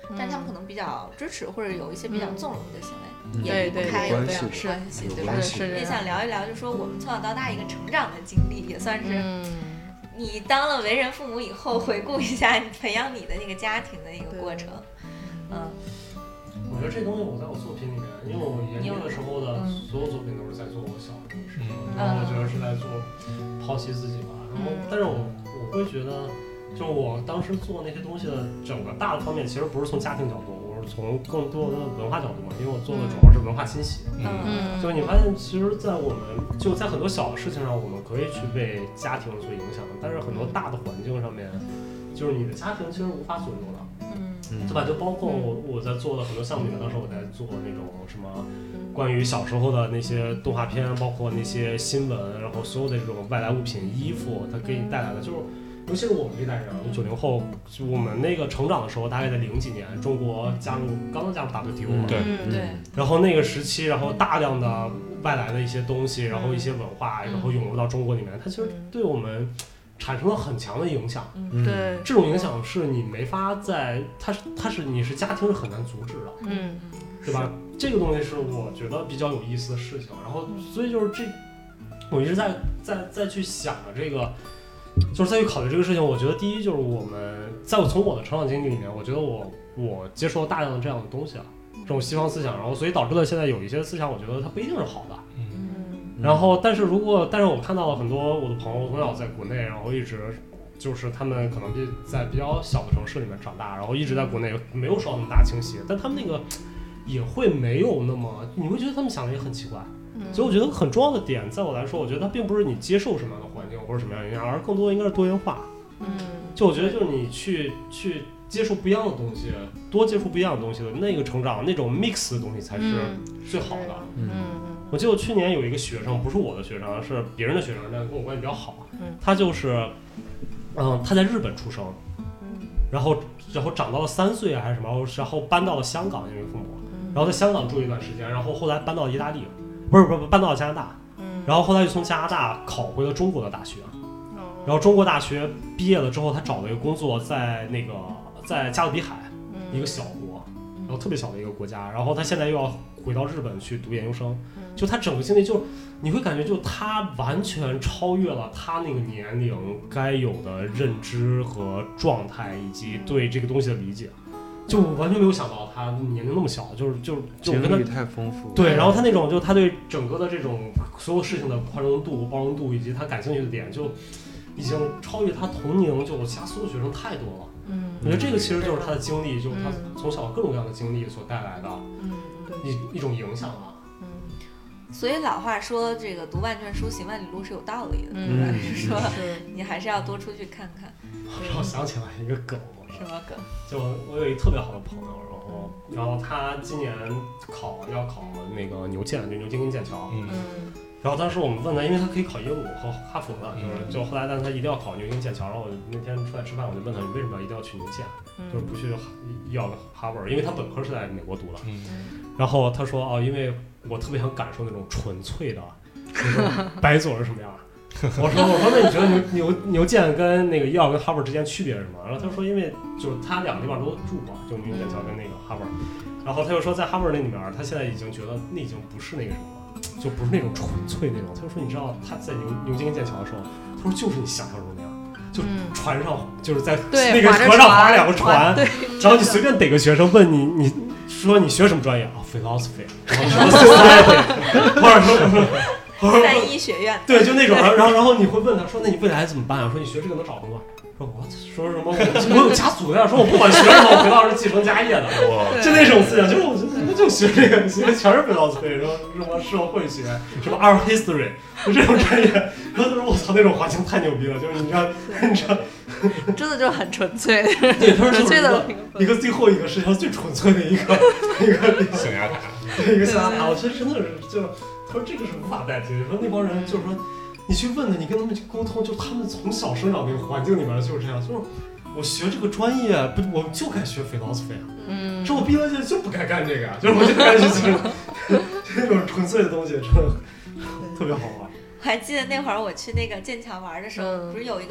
B: 但是他们可能比较支持或者有一些比较纵容的行为，
E: 嗯、
B: 也离不开有这样的
D: 是
B: 关系，对吧？
D: 是
B: 也想聊一聊，就说我们从小到大一个成长的经历，也算是你当了为人父母以后，回顾一下你培养你的那个家庭的一个过程。嗯，
A: 我觉得这东西我在我作品里面，因为我研究的时候的所有作品都是在做我小的故事，嗯、然后我觉得是在做剖析自己吧。然后，但是我我会觉得。就我当时做那些东西的整个大的方面，其实不是从家庭角度，我是从更多的文化角度嘛，因为我做的主要是文化信息。
B: 嗯，
A: 就你发现，其实，在我们就在很多小的事情上，我们可以去被家庭所影响，但是很多大的环境上面，就是你的家庭其实无法左右的。嗯，对吧？就包括我我在做的很多项目里面，当时我在做那种什么关于小时候的那些动画片，包括那些新闻，然后所有的这种外来物品、衣服，它给你带来的就是。尤其是我们这代人，九零后，就我们那个成长的时候，大概在零几年，中国加入刚刚加入 W T O 嘛，
C: 对
B: 对。
A: 然后那个时期，然后大量的外来的一些东西，然后一些文化，然后涌入到中国里面，它其实对我们产生了很强的影响。
D: 嗯，对。
A: 这种影响是你没法在，它是它是你是家庭是很难阻止的，
D: 嗯，
A: 对吧？这个东西是我觉得比较有意思的事情。然后，所以就是这，我一直在在在去想的这个。就是在于考虑这个事情，我觉得第一就是我们在我从我的成长经历里面，我觉得我我接受了大量的这样的东西啊，这种西方思想，然后所以导致了现在有一些思想，我觉得它不一定是好的。嗯。然后，但是如果但是我看到了很多我的朋友从小在国内，然后一直就是他们可能在比较小的城市里面长大，然后一直在国内没有受到那么大倾斜，但他们那个也会没有那么，你会觉得他们想的也很奇怪。所以我觉得很重要的点，在我来说，我觉得它并不是你接受什么样的环境或者什么样的影响，而更多的应该是多元化。嗯，就我觉得就是你去去接受不一样的东西，多接触不一样的东西的那个成长，那种 mix 的东西才是最好的。嗯，我记得我去年有一个学生，不是我的学生，是别人的学生，但跟我关系比较好。嗯，他就是，嗯，他在日本出生，然后然后长到了三岁还是什么，然后搬到了香港，因为父母，然后在香港住了一段时间，然后后来搬到了意大利。不是不是搬到了加拿大，嗯，然后后来就从加拿大考回了中国的大学，哦，然后中国大学毕业了之后，他找了一个工作在那个在加勒比海，嗯，一个小国，然后特别小的一个国家，然后他现在又要回到日本去读研究生，嗯，就他整个经历就你会感觉就他完全超越了他那个年龄该有的认知和状态以及对这个东西的理解。就我完全没有想到他年龄那么小，就是就是就
E: 经历太丰富。
A: 对，然后他那种就他对整个的这种所有事情的宽容度、包容度以及他感兴趣的点，就已经超越他同龄就其他所有学生太多了。嗯，我觉得这个其实就是他的经历，就是他从小各种各样的经历所带来的，嗯，一一种影响吧。
B: 嗯，所以老话说这个读万卷书行万里路是有道理的，对吧？是说你还是要多出去看看。
A: 让我想起来一个梗。
B: 什么梗？
A: 就我有一特别好的朋友，然后然后他今年考要考那个牛剑，就牛津跟剑桥。嗯。然后当时我们问他，因为他可以考耶鲁和哈佛的，就是就后来，但是他一定要考牛津剑桥。然后我那天出来吃饭，我就问他，你为什么要一定要去牛剑？就是不去要哈佛，因为他本科是在美国读的。嗯。然后他说哦，因为我特别想感受那种纯粹的那种白左是什么样。我说我说那你觉得牛牛牛剑跟那个耶鲁跟哈佛之间区别是什么？然后他说因为就是他两个地方都住过，就牛津剑桥跟那个哈佛。然后他又说在哈佛那里面，他现在已经觉得那已经不是那个什么了，就不是那种纯粹那种。他就说你知道他在牛牛津跟剑桥的时候，他说就是你想象中那样，就船上就是在那个河上划两个船，然后你随便逮个学生问你你说你学什么专业啊、哦、？philosophy， 然后什么 society， 或者说。
B: 在医学院，
A: 对，就那种，然后然后然后你会问他说，那你未来怎么办啊？说你学这个能找工作？说我说什么？我有家族呀，说我不管学什么，我回到是继承家业的，就那种思想，就是我觉得就学这个，学全是 philosophy， 说什么社会学，什么 art history， 就这种专业。然后他说我操，那种环境太牛逼了，就是你知道，你知道，
D: 真的就很纯粹，
A: 对，他说就是一个一个最后一个世界上最纯粹的一个一个
C: 象牙塔，
A: 一个象牙塔，我觉得真的是就。他说这个是无法代替的。说那帮人就是说，你去问他，你跟他们去沟通，就他们从小生长那个环境里面就是这样。就是我学这个专业，不，我就该学 philosophy 啊。嗯。说我毕了业就不该干这个呀，就是我就该去就是这种纯粹的东西，真的特别好玩。
B: 我还记得那会儿我去那个剑桥玩的时候，嗯、不是有一个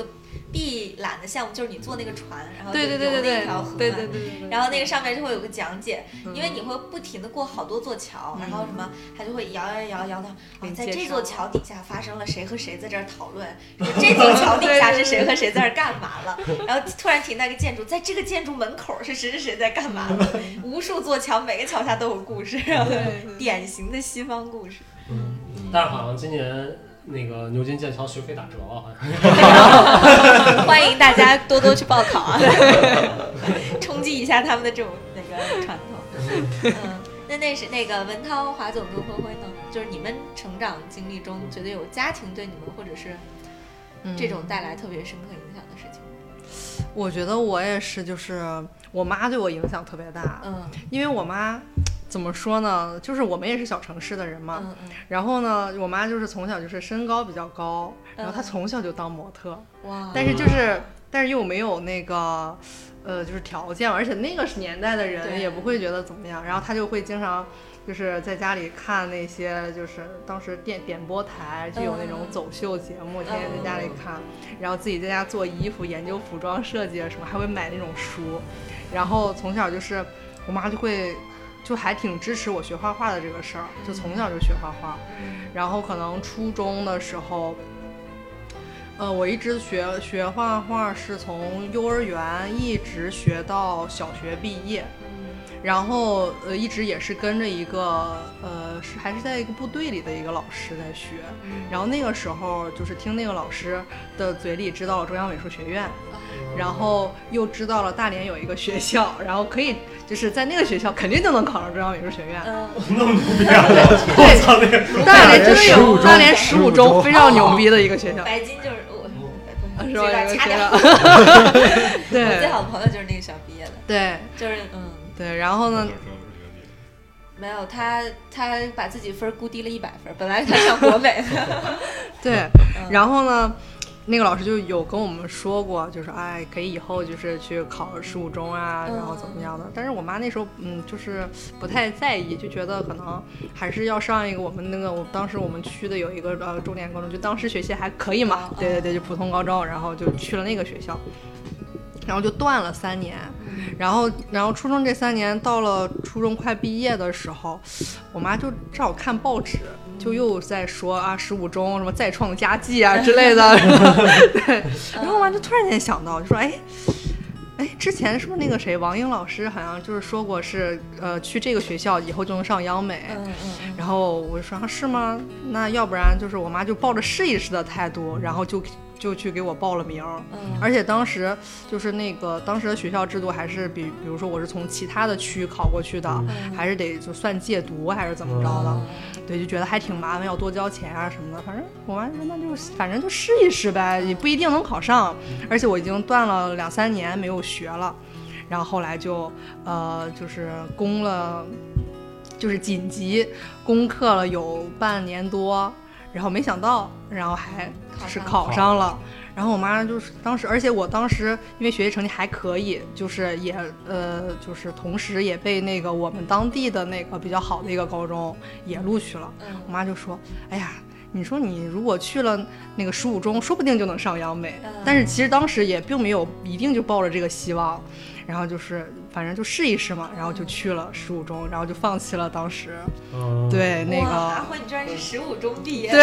B: 必览的项目，就是你坐那个船，然后
D: 对对对对对，
B: 游那条河，
D: 对对对对对，
B: 然后那个上面就会有个讲解，
D: 嗯、
B: 因为你会不停的过好多座桥，
D: 嗯、
B: 然后什么，它就会摇摇摇摇到，哦，在这座桥底下发生了谁和谁在这儿讨论，说这座桥底下是谁和谁在这儿干嘛了，然后突然停那个建筑，在这个建筑门口是谁谁谁在干嘛了，无数座桥，每个桥下都有故事，典型的西方故事。
A: 嗯，但是好像今年那个牛津剑桥学费打折了，
B: 欢迎大家多多去报考啊，冲击一下他们的这种那个传统。嗯，那那是那个文涛、华总跟灰灰呢？就是你们成长经历中，觉得有家庭对你们或者是这种带来特别深刻影响的事情？
D: 嗯、我觉得我也是，就是我妈对我影响特别大。嗯，因为我妈。怎么说呢？就是我们也是小城市的人嘛，
B: 嗯嗯、
D: 然后呢，我妈就是从小就是身高比较高，然后她从小就当模特，
B: 哇！
D: 但是就是，但是又没有那个，呃，就是条件，而且那个年代的人也不会觉得怎么样，然后她就会经常就是在家里看那些，就是当时电点播台就有那种走秀节目，天天在家里看，然后自己在家做衣服、研究服装设计什么，还会买那种书，然后从小就是我妈就会。就还挺支持我学画画的这个事儿，就从小就学画画，然后可能初中的时候，呃，我一直学学画画是从幼儿园一直学到小学毕业，然后呃一直也是跟着一个呃是还是在一个部队里的一个老师在学，然后那个时候就是听那个老师的嘴里知道了中央美术学院。然后又知道了大连有一个学校，然后可以就是在那个学校肯定就能考上中央美术学院。
A: 嗯，那么牛逼啊！
D: 对，大连真的有大连十五中非常牛逼的一个学校。
B: 白金就是我，
D: 是吧？一个学校。对，
B: 我最好的朋友就是那个学校毕业的。
D: 对，
B: 就是嗯，
D: 对，然后呢？
B: 没有他，他把自己分估低了一百分，本来他上国美。
D: 对，然后呢？那个老师就有跟我们说过，就是哎，可以以后就是去考十五中啊，然后怎么样的。但是我妈那时候嗯，就是不太在意，就觉得可能还是要上一个我们那个，我当时我们区的有一个呃重点高中，就当时学习还可以嘛，对对对，就普通高中，然后就去了那个学校，然后就断了三年，然后然后初中这三年到了初中快毕业的时候，我妈就正好看报纸。就又在说啊，十五中什么再创佳绩啊之类的，对。然后我妈就突然间想到，就说哎，哎，之前是不是那个谁王英老师好像就是说过是呃去这个学校以后就能上央美，
B: 嗯嗯嗯。
D: 然后我就说啊是吗？那要不然就是我妈就抱着试一试的态度，然后就。就去给我报了名，嗯，而且当时就是那个当时的学校制度还是比比如说我是从其他的区考过去的，嗯，还是得就算借读还是怎么着的，嗯，对，就觉得还挺麻烦，要多交钱啊什么的。反正我妈说那就反正就试一试呗，也不一定能考上，而且我已经断了两三年没有学了，然后后来就呃就是攻了，就是紧急攻克了有半年多。然后没想到，然后还是考上了。然后我妈就是当时，而且我当时因为学习成绩还可以，就是也呃，就是同时也被那个我们当地的那个比较好的一个高中也录取了。嗯，我妈就说：“哎呀，你说你如果去了那个十五中，说不定就能上央美。嗯”但是其实当时也并没有一定就抱着这个希望。然后就是反正就试一试嘛，然后就去了十五中，然后就放弃了当时，嗯，对那个。
B: 阿辉，你居然是十五中毕业？
D: 对。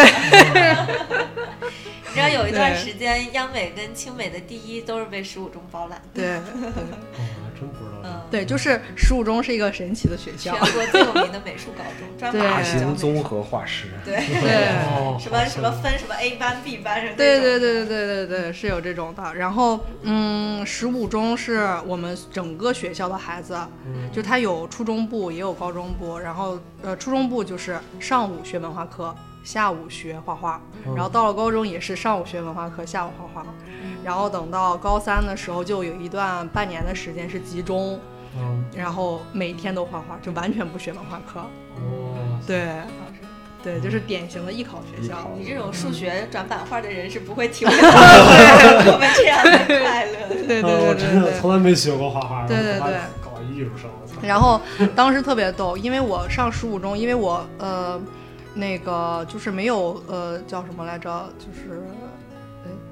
B: 你知道有一段时间，央美跟清美的第一都是被十五中包揽。
D: 对。对。
A: 哦，还真不知道。
B: 嗯，
D: 对，就是十五中是一个神奇的学校，
B: 全国最有名的美术高中，专门
E: 大型综合画室。
B: 对
D: 对。
B: 什么什么分什么 A 班 B 班什么。
D: 对对对对对对对，是有这种的。然后嗯，十五中是我们整个学校的孩子，嗯，就他有初中部也有高中部，然后呃初中部就是上午学文化课，下午学画画，嗯，然后到了高中也是上午学文化课，下午画画，嗯，然后等到高三的时候就有一段半年的时间是集中，嗯，然后每天都画画，就完全不学文化课。哦，对。对，就是典型的艺考学校。
B: 你这种数学转版画的人是不会体会到我们这样的快乐。
D: 对对对对，
A: 我真的从来没学过画画。
D: 对对对，
A: 搞艺术生。
D: 然后当时特别逗，因为我上十五中，因为我呃那个就是没有呃叫什么来着，就是哎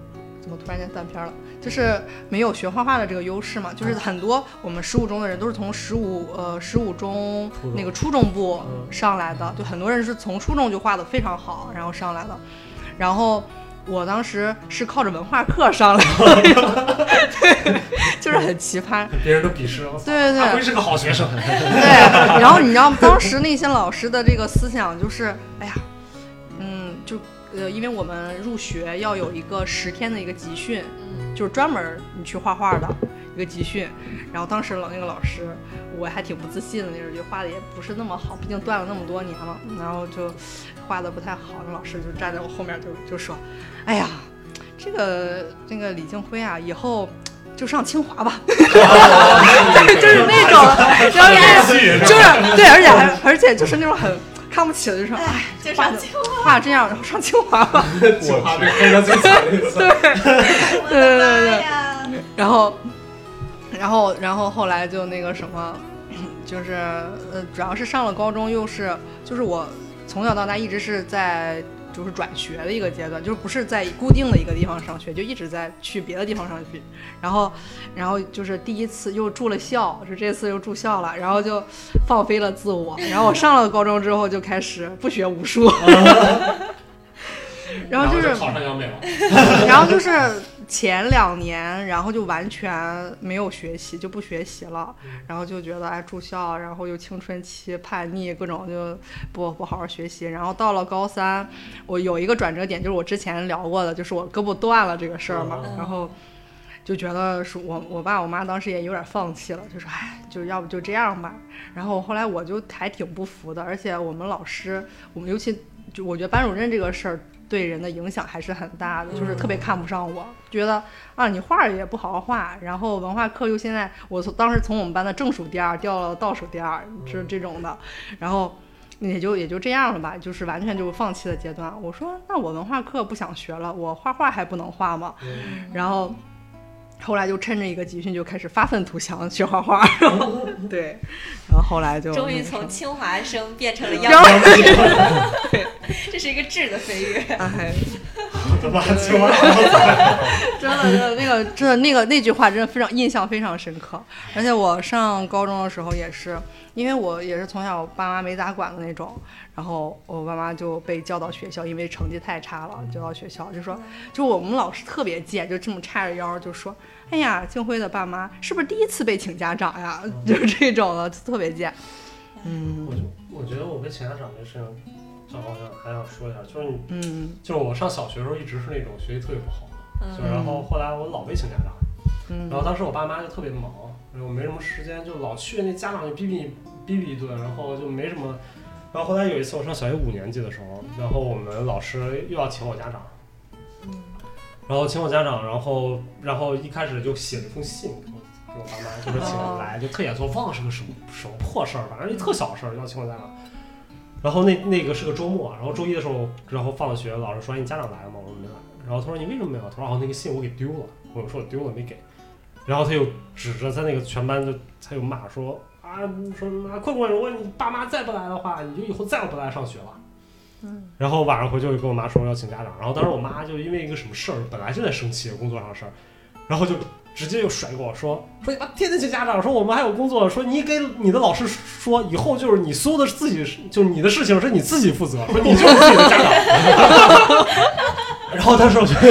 D: 怎么突然间断片了？就是没有学画画的这个优势嘛，就是很多我们十五中的人都是从十五呃十五中那个初中部上来的，就很多人是从初中就画的非常好，然后上来的。然后我当时是靠着文化课上来的，对，就是很奇葩，
A: 别人都鄙视我，
D: 对对对，
A: 他会是个好学生，
D: 对。然后你知道当时那些老师的这个思想就是，哎呀，嗯，就呃，因为我们入学要有一个十天的一个集训。就是专门你去画画的一个集训，然后当时老那个老师我还挺不自信的，那时候就画的也不是那么好，毕竟断了那么多年了，然后就画的不太好，那老师就站在我后面就就说，哎呀，这个这个李静辉啊，以后就上清华吧，就是那种，然后就是就是对，而且还而且就是那种很看不起的，就说哎，
B: 就上清
D: 华，画这样，然后上清华吧。
A: 清华被黑的最惨的一次。
D: 对，对对对对。然后，然后，然后后来就那个什么，就是呃，主要是上了高中，又是就是我从小到大一直是在就是转学的一个阶段，就是不是在固定的一个地方上学，就一直在去别的地方上学。然后，然后就是第一次又住了校，是这次又住校了，然后就放飞了自我。然后我上了高中之后就开始不学无术，然后就是
A: 考上央美了，
D: 然后就是前两年，然后就完全没有学习，就不学习了，然后就觉得哎住校，然后又青春期叛逆，各种就不不好好学习。然后到了高三，我有一个转折点，就是我之前聊过的，就是我胳膊断了这个事儿嘛，然后就觉得是我我爸我妈当时也有点放弃了，就说哎，就要不就这样吧。然后后来我就还挺不服的，而且我们老师，我们尤其就我觉得班主任这个事儿对人的影响还是很大的，就是特别看不上我，觉得啊你画也不好好画，然后文化课又现在我从当时从我们班的正数第二掉了倒数第二，是这种的，然后也就也就这样了吧，就是完全就放弃的阶段。我说那我文化课不想学了，我画画还不能画吗？然后后来就趁着一个集训就开始发愤图强学画画，然后对，然后后来就
B: 终于从清华生变成了央美，对，这是一个质的飞跃。
D: 哎，
A: 怎么清华？
D: 真的，真的那个真的那个那句话真的非常印象非常深刻。而且我上高中的时候也是，因为我也是从小爸妈没咋管的那种，然后我爸妈就被叫到学校，因为成绩太差了，叫到学校就说，就我们老师特别贱，就这么叉着腰就说，哎呀，静辉的爸妈是不是第一次被请家长呀？就是这种的，特别贱。嗯，
A: 我我觉得我被请家长这事情，正好想还想说一下，就是你，
D: 嗯，
A: 就是我上小学的时候一直是那种学习特别不好的，
B: 嗯、
A: 就然后后来我老被请家长，
D: 嗯，
A: 然后当时我爸妈就特别忙，我没什么时间，就老去那家长就逼逼逼逼一顿，然后就没什么。然后后来有一次我上小学五年级的时候，然后我们老师又要请我家长，
B: 嗯，
A: 然后请我家长，然后然后一开始就写了一封信给我给我爸妈，就说请我来，就特严肃，忘了是个什么什么破事儿，反正一特小的事儿要请我家长。然后那那个是个周末，然后周一的时候，然后放了学，老师说：“哎，你家长来了吗？”我说没来。然后他说：“你为什么没来？”他说：“哦，那个信我给丢了。”我说：“我丢了没给。”然后他又指着在那个全班就他又骂说：“啊，说啊，困困，如果你爸妈再不来的话，你就以后再也不来上学了。”嗯。然后晚上回去就跟我妈说要请家长，然后当时我妈就因为一个什么事儿，本来就在生气工作上的事儿，然后就直接又甩给我说说你妈天天请家长，说我们还有工作，说你给你的老师说以后就是你所有的自己就是你的事情是你自己负责，说你就是自己的家长。然后当时我觉得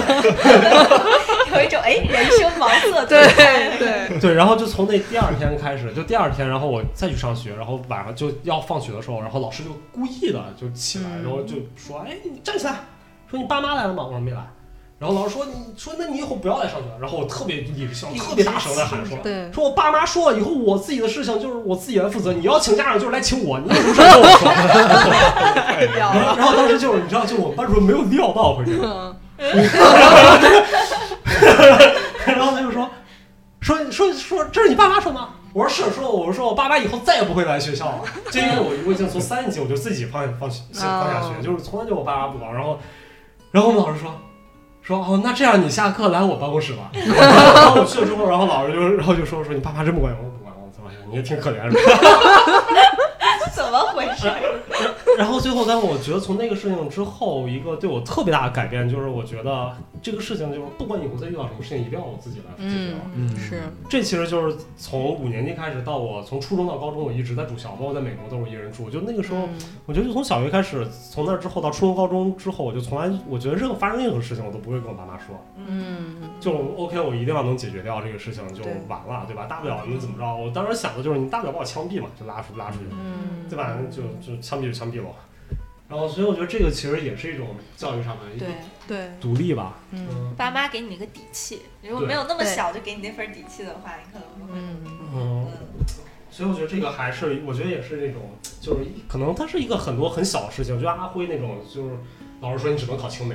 B: 有一种哎人生茅塞
D: 对对
A: 对，然后就从那第二天开始，就第二天，然后我再去上学，然后晚上就要放学的时候，然后老师就故意的就起来，然后就说哎你站起来，说你爸妈来了吗？我说没来。然后老师说：“你说那你以后不要来上学了。”然后我特别理直气壮，特别大声的喊说：“说我爸妈说以后我自己的事情就是我自己来负责，你要请家长就是来请我，你有什么事跟我说。”然后当时就是你知道，就我们班主任没有料到会这样，然后他就说：“说说说这是你爸妈说吗？”我说是，说我说我爸妈以后再也不会来学校了，就因为我我已经从三年级我就自己放放放下学，就是从来就我爸妈不管。然后，然后我们老师说。说哦，那这样你下课来我办公室吧。然后我去了之后，然后老师就然后就说说你爸妈真不管用，我不管我，怎么你也挺可怜的。
B: 怎么怎么回事？
A: 然后最后，但我觉得从那个事情之后，一个对我特别大的改变就是，我觉得这个事情就是不管以后再遇到什么事情，一定要我自己来解决。
D: 嗯，是。
A: 这其实就是从五年级开始到我从初中到高中，我一直在住校，包括在美国都是一人住。就那个时候，嗯、我觉得就从小学开始，从那之后到初中、高中之后，我就从来我觉得任何发生任何事情，我都不会跟我爸妈说。
D: 嗯，
A: 就 OK， 我一定要能解决掉这个事情就完了，对吧？大不了你怎么着？我当时想的就是你大不了把我枪毙嘛，就拉出拉出去，
D: 嗯，
A: 对吧？就就枪毙就枪毙了。然后，所以我觉得这个其实也是一种教育上的一个
D: 对
A: 独立吧。
D: 嗯，
B: 爸妈给你一个底气，如果没有那么小就给你那份底气的话，你可能不会。
D: 嗯
A: 嗯。所以我觉得这个还是，我觉得也是那种，就是可能它是一个很多很小的事情，就阿辉那种，就是老师说你只能考清美，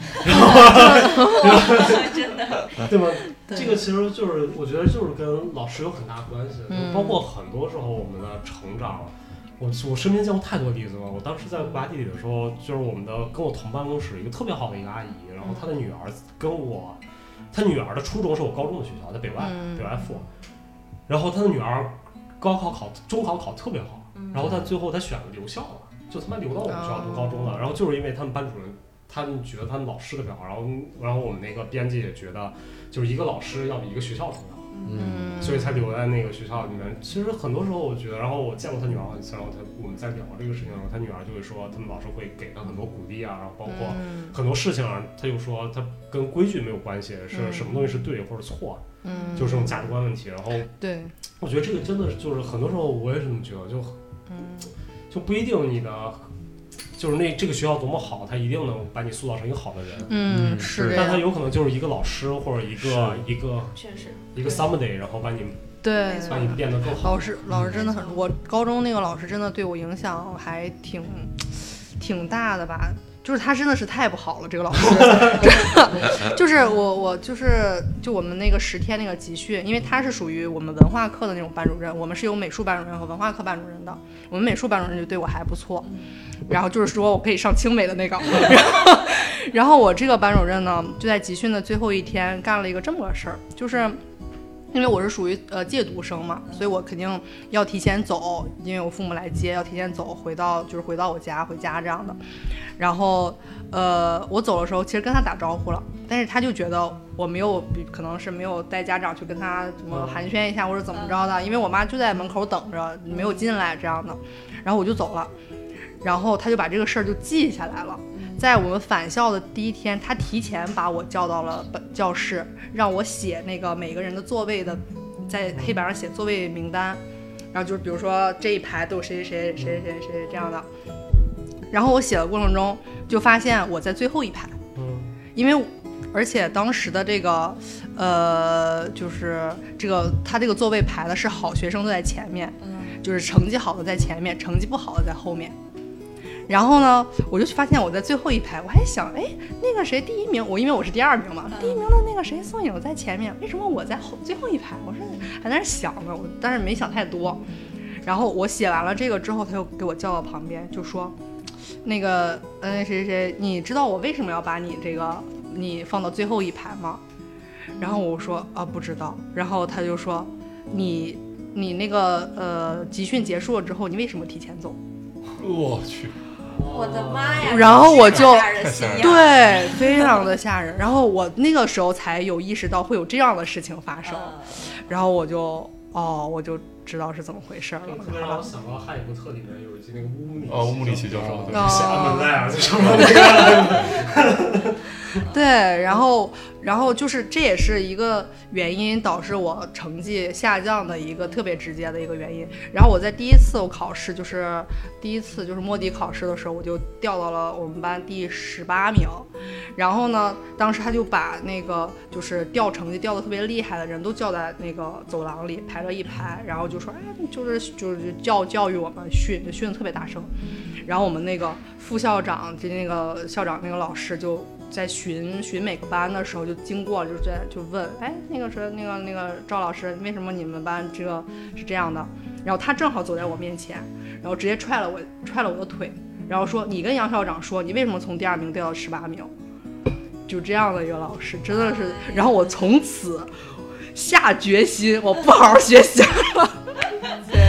B: 真的，
A: 对吗？这个其实就是我觉得就是跟老师有很大关系，嗯、包括很多时候我们的成长。我我身边见过太多例子了。我当时在国家地理的时候，就是我们的跟我同办公室一个特别好的一个阿姨，然后她的女儿跟我，她女儿的初中是我高中的学校，在北外、嗯、北外附，然后她的女儿高考考中考考特别好，然后她最后她选了留校了，就他妈留到我们学校读高中了。然后就是因为他们班主任，他们觉得他们老师的表，然后然后我们那个编辑也觉得，就是一个老师要比一个学校重要。嗯，所以才留在那个学校里面。其实很多时候我觉得，然后我见过他女儿好几次，然后他我们在聊这个事情的时候，他女儿就会说，他们老师会给他很多鼓励啊，然后包括很多事情啊，他就说他跟规矩没有关系，是什么东西是对或者错，嗯，就是这种价值观问题。然后
D: 对，
A: 我觉得这个真的就是很多时候我也是这么觉得，就嗯，就不一定你的。就是那这个学校多么好，他一定能把你塑造成一个好的人。
D: 嗯，是。
A: 但他有可能就是一个老师或者一个一个
B: 确实
A: 一个 somebody， 然后把你
D: 对
A: 把你变得更好。
D: 老师老师真的很，我高中那个老师真的对我影响还挺挺大的吧。就是他真的是太不好了，这个老师，真的就是我我就是就我们那个十天那个集训，因为他是属于我们文化课的那种班主任，我们是有美术班主任和文化课班主任的，我们美术班主任就对我还不错，然后就是说我可以上清美的那个，然后然后我这个班主任呢，就在集训的最后一天干了一个这么个事儿，就是因为我是属于呃借读生嘛，所以我肯定要提前走，因为我父母来接，要提前走回到就是回到我家回家这样的。然后呃我走的时候其实跟他打招呼了，但是他就觉得我没有可能是没有带家长去跟他什么寒暄一下或者怎么着的，因为我妈就在门口等着没有进来这样的，然后我就走了，然后他就把这个事儿就记下来了。在我们返校的第一天，他提前把我叫到了教室，让我写那个每个人的座位的，在黑板上写座位名单，然后就是比如说这一排都有谁谁谁谁谁谁谁这样的。然后我写的过程中就发现我在最后一排，因为而且当时的这个呃就是这个他这个座位排的是好学生都在前面，就是成绩好的在前面，成绩不好的在后面。然后呢，我就发现我在最后一排，我还想，哎，那个谁第一名，我因为我是第二名嘛，第一名的那个谁宋颖在前面，为什么我在后最后一排？我说还在那想呢，我但是没想太多。然后我写完了这个之后，他又给我叫到旁边，就说，那个，嗯，谁谁谁，你知道我为什么要把你这个你放到最后一排吗？然后我说啊不知道。然后他就说，你你那个呃集训结束了之后，你为什么提前走？
C: 我去。
B: 我的妈呀！
D: 然后我就对，非常的吓人。然后我那个时候才有意识到会有这样的事情发生，嗯、然后我就哦，我就知道是怎么回事了。
A: 特别让我想到《哈利波特》里面有一集那个乌姆里
C: 哦，乌姆里奇教授，
A: 对，侠门奈尔在上面那个。
D: 对，然后，然后就是这也是一个原因导致我成绩下降的一个特别直接的一个原因。然后我在第一次我考试，就是第一次就是摸底考试的时候，我就掉到了我们班第十八名。然后呢，当时他就把那个就是掉成绩掉的特别厉害的人都叫在那个走廊里排了一排，然后就说，哎，就是就是教教育我们训，就训的特别大声。然后我们那个副校长就那个校长那个老师就。在巡巡每个班的时候就经过了，就在就问，哎，那个是那个那个赵老师，为什么你们班这个是这样的？然后他正好走在我面前，然后直接踹了我踹了我的腿，然后说你跟杨校长说，你为什么从第二名掉到十八名？就这样的一个老师，真的是，然后我从此下决心，我不好好学习了。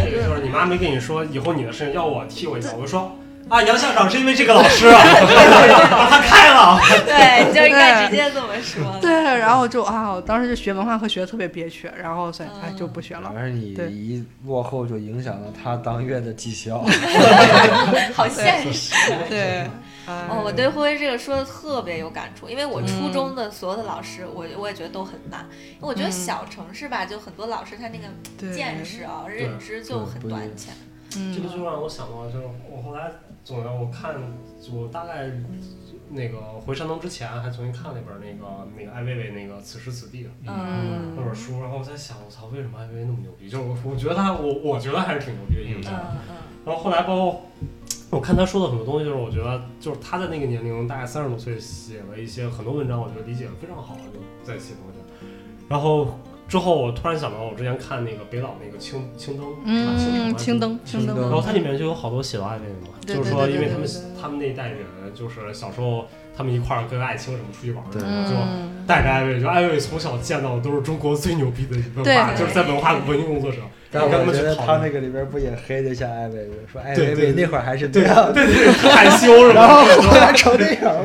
A: 这个就是你妈没跟你说以后你的事情要我替我一脚，我说啊，杨校长是因为这个老师啊，把他开了。
B: 对，就应该直接这么说。
D: 对，然后就啊，我当时就学文化课学的特别憋屈，然后所以哎就不学了。
E: 而你一落后就影响了他当月的绩效。
B: 好现实。
D: 对。
B: 哦，我对灰灰这个说的特别有感触，因为我初中的所有的老师，我我也觉得都很难，因为我觉得小城市吧，就很多老师他那个见识啊、认知就很短浅。
A: 嗯，这个就让我想到，就是我后来总要我看，我大概那个回山东之前还重新看了一本那个那个艾薇薇那个《此时此地》嗯那本书，然后我在想，我操，为什么艾薇薇那么牛逼？就是我我觉得他，我我觉得还是挺牛逼的一个人。然后后来包括我看他说的很多东西，就是我觉得就是他在那个年龄，大概三十多岁写了一些很多文章，我觉得理解的非常好，就在写东西。然后之后我突然想到，我之前看那个北岛那个青青灯，
D: 嗯，青灯，青灯，
A: 然后它里面就有好多写到爱薇薇嘛，就是说因为他们他们那一代人，就是小时候他们一块儿跟爱青什么出去玩的，就带着艾薇薇，就艾薇薇从小见到的都是中国最牛逼的文化，就是在文化文艺工作者。
E: 但我觉得他那个里边不也黑了一下艾薇薇，说艾薇薇那会儿还是这样，
A: 对对对，害羞是吧？
E: 然后后来成这样了。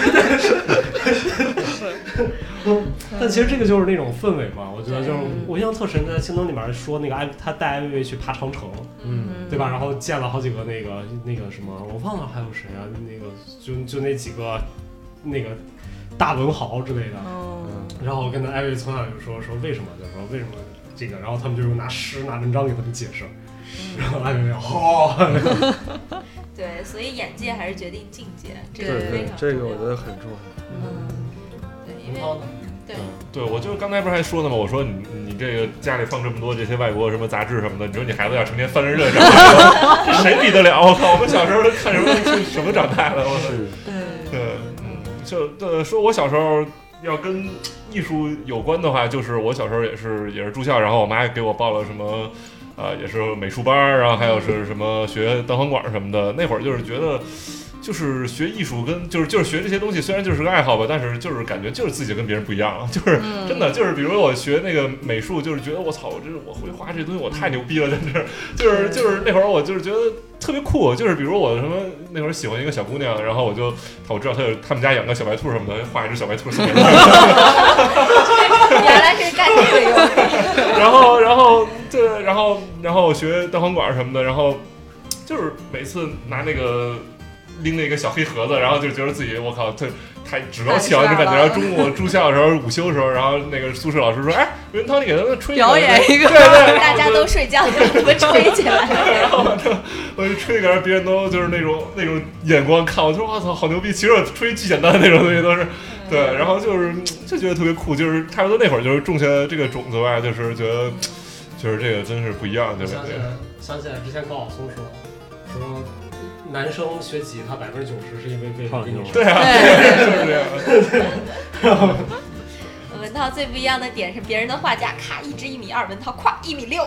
A: 但其实这个就是那种氛围嘛，我觉得就是我印象特深，在青灯里面说那个艾，他带艾薇薇去爬长城，嗯，对吧？然后见了好几个那个那个什么，我忘了还有谁啊？那个就就那几个那个大文豪之类的，嗯，然后跟他艾薇薇从小就说说为什么，就说为什么这个，然后他们就拿诗拿文章给他们解释，然后艾薇薇好。
B: 对，所以眼界还是决定境界，这个
E: 非常这个我觉得很重要。
B: 嗯，对，因为对
C: 对，我就是刚才不是还说呢吗？我说你你这个家里放这么多这些外国什么杂志什么的，你说你孩子要成天翻着热账，这谁比得了？我靠，我们小时候看什么什么长大的？我操！对对，嗯，就对，说我小时候要跟艺术有关的话，就是我小时候也是也是住校，然后我妈给我报了什么。呃，也是美术班，然后还有是什么学单簧管什么的。那会儿就是觉得，就是学艺术跟就是就是学这些东西，虽然就是个爱好吧，但是就是感觉就是自己跟别人不一样，就是真的就是，比如我学那个美术，就是觉得我操，我这我会画这东西，我太牛逼了，真是，就是就是那会儿我就是觉得特别酷，就是比如我什么那会儿喜欢一个小姑娘，然后我就我知道她有他们家养个小白兔什么的，画一只小白兔送给她。
B: 原来是干这个用。
C: 然后然后对，然后然后学单簧管什么的，然后就是每次拿那个拎那个小黑盒子，然后就觉得自己我靠，特太趾高气扬，就感觉。然后中午住校的时候，午休的时候，然后那个宿舍老师说：“哎，文涛，你给他们吹
D: 表演一个。”
C: 对对，
B: 大家都睡觉，就你们吹起来。
C: 然后我就吹一个，别人都就是那种那种眼光看我，说我操，好牛逼！其实我吹巨简单的那种东西都是。对，然后就是就觉得特别酷，就是差不多那会儿就是种下这个种子吧，就是觉得就是这个真是不一样，对不对？
A: 想起来之前高晓松说说男生学吉他百分之九十是因为被给你说，
C: 对啊，就是这样。
A: 然后
B: 文涛最不一样的点是别人的画架咔一直一米二，文涛咵一米六。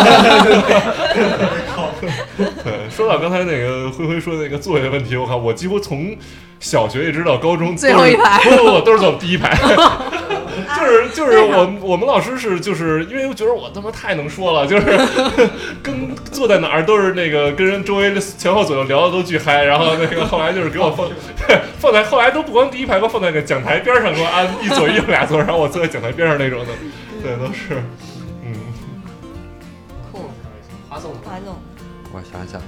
C: 对，说到刚才那个灰灰说的那个座位的问题，我靠，我几乎从小学一直到高中
D: 最后一排，
C: 不不不，都是走第一排。就是就是我我们老师是就是因为我觉得我他妈太能说了，就是跟坐在哪儿都是那个跟人周围前后左右聊的都巨嗨，然后那个后来就是给我放放在后来都不光第一排，给我放在那个讲台边上，给我安一左一右俩座，然后我坐在讲台边上那种的，对，都是嗯。
B: 酷，
A: 华总，
B: 华总，
E: 我想想。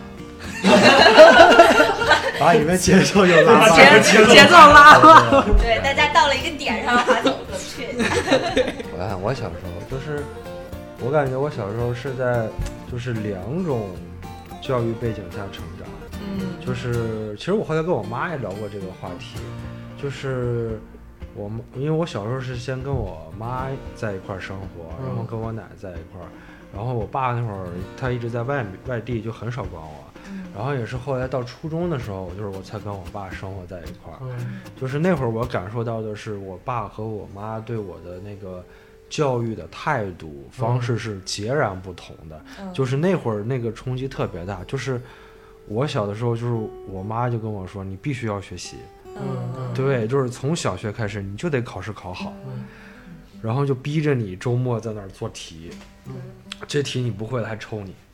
E: 把你们节奏又拉
D: 节节奏拉了，
B: 对，大家到了一个点上，华总怎么去？
E: 我看我小时候就是，我感觉我小时候是在就是两种教育背景下成长，嗯，就是其实我后来跟我妈也聊过这个话题，就是我因为我小时候是先跟我妈在一块生活，然后跟我奶在一块儿，然后我爸那会儿他一直在外外地，就很少管我。然后也是后来到初中的时候，就是我才跟我爸生活在一块儿，嗯、就是那会儿我感受到的是我爸和我妈对我的那个教育的态度方式是截然不同的，嗯、就是那会儿那个冲击特别大。就是我小的时候，就是我妈就跟我说，你必须要学习，嗯，对，就是从小学开始你就得考试考好，嗯、然后就逼着你周末在那儿做题，嗯、这题你不会了还抽你。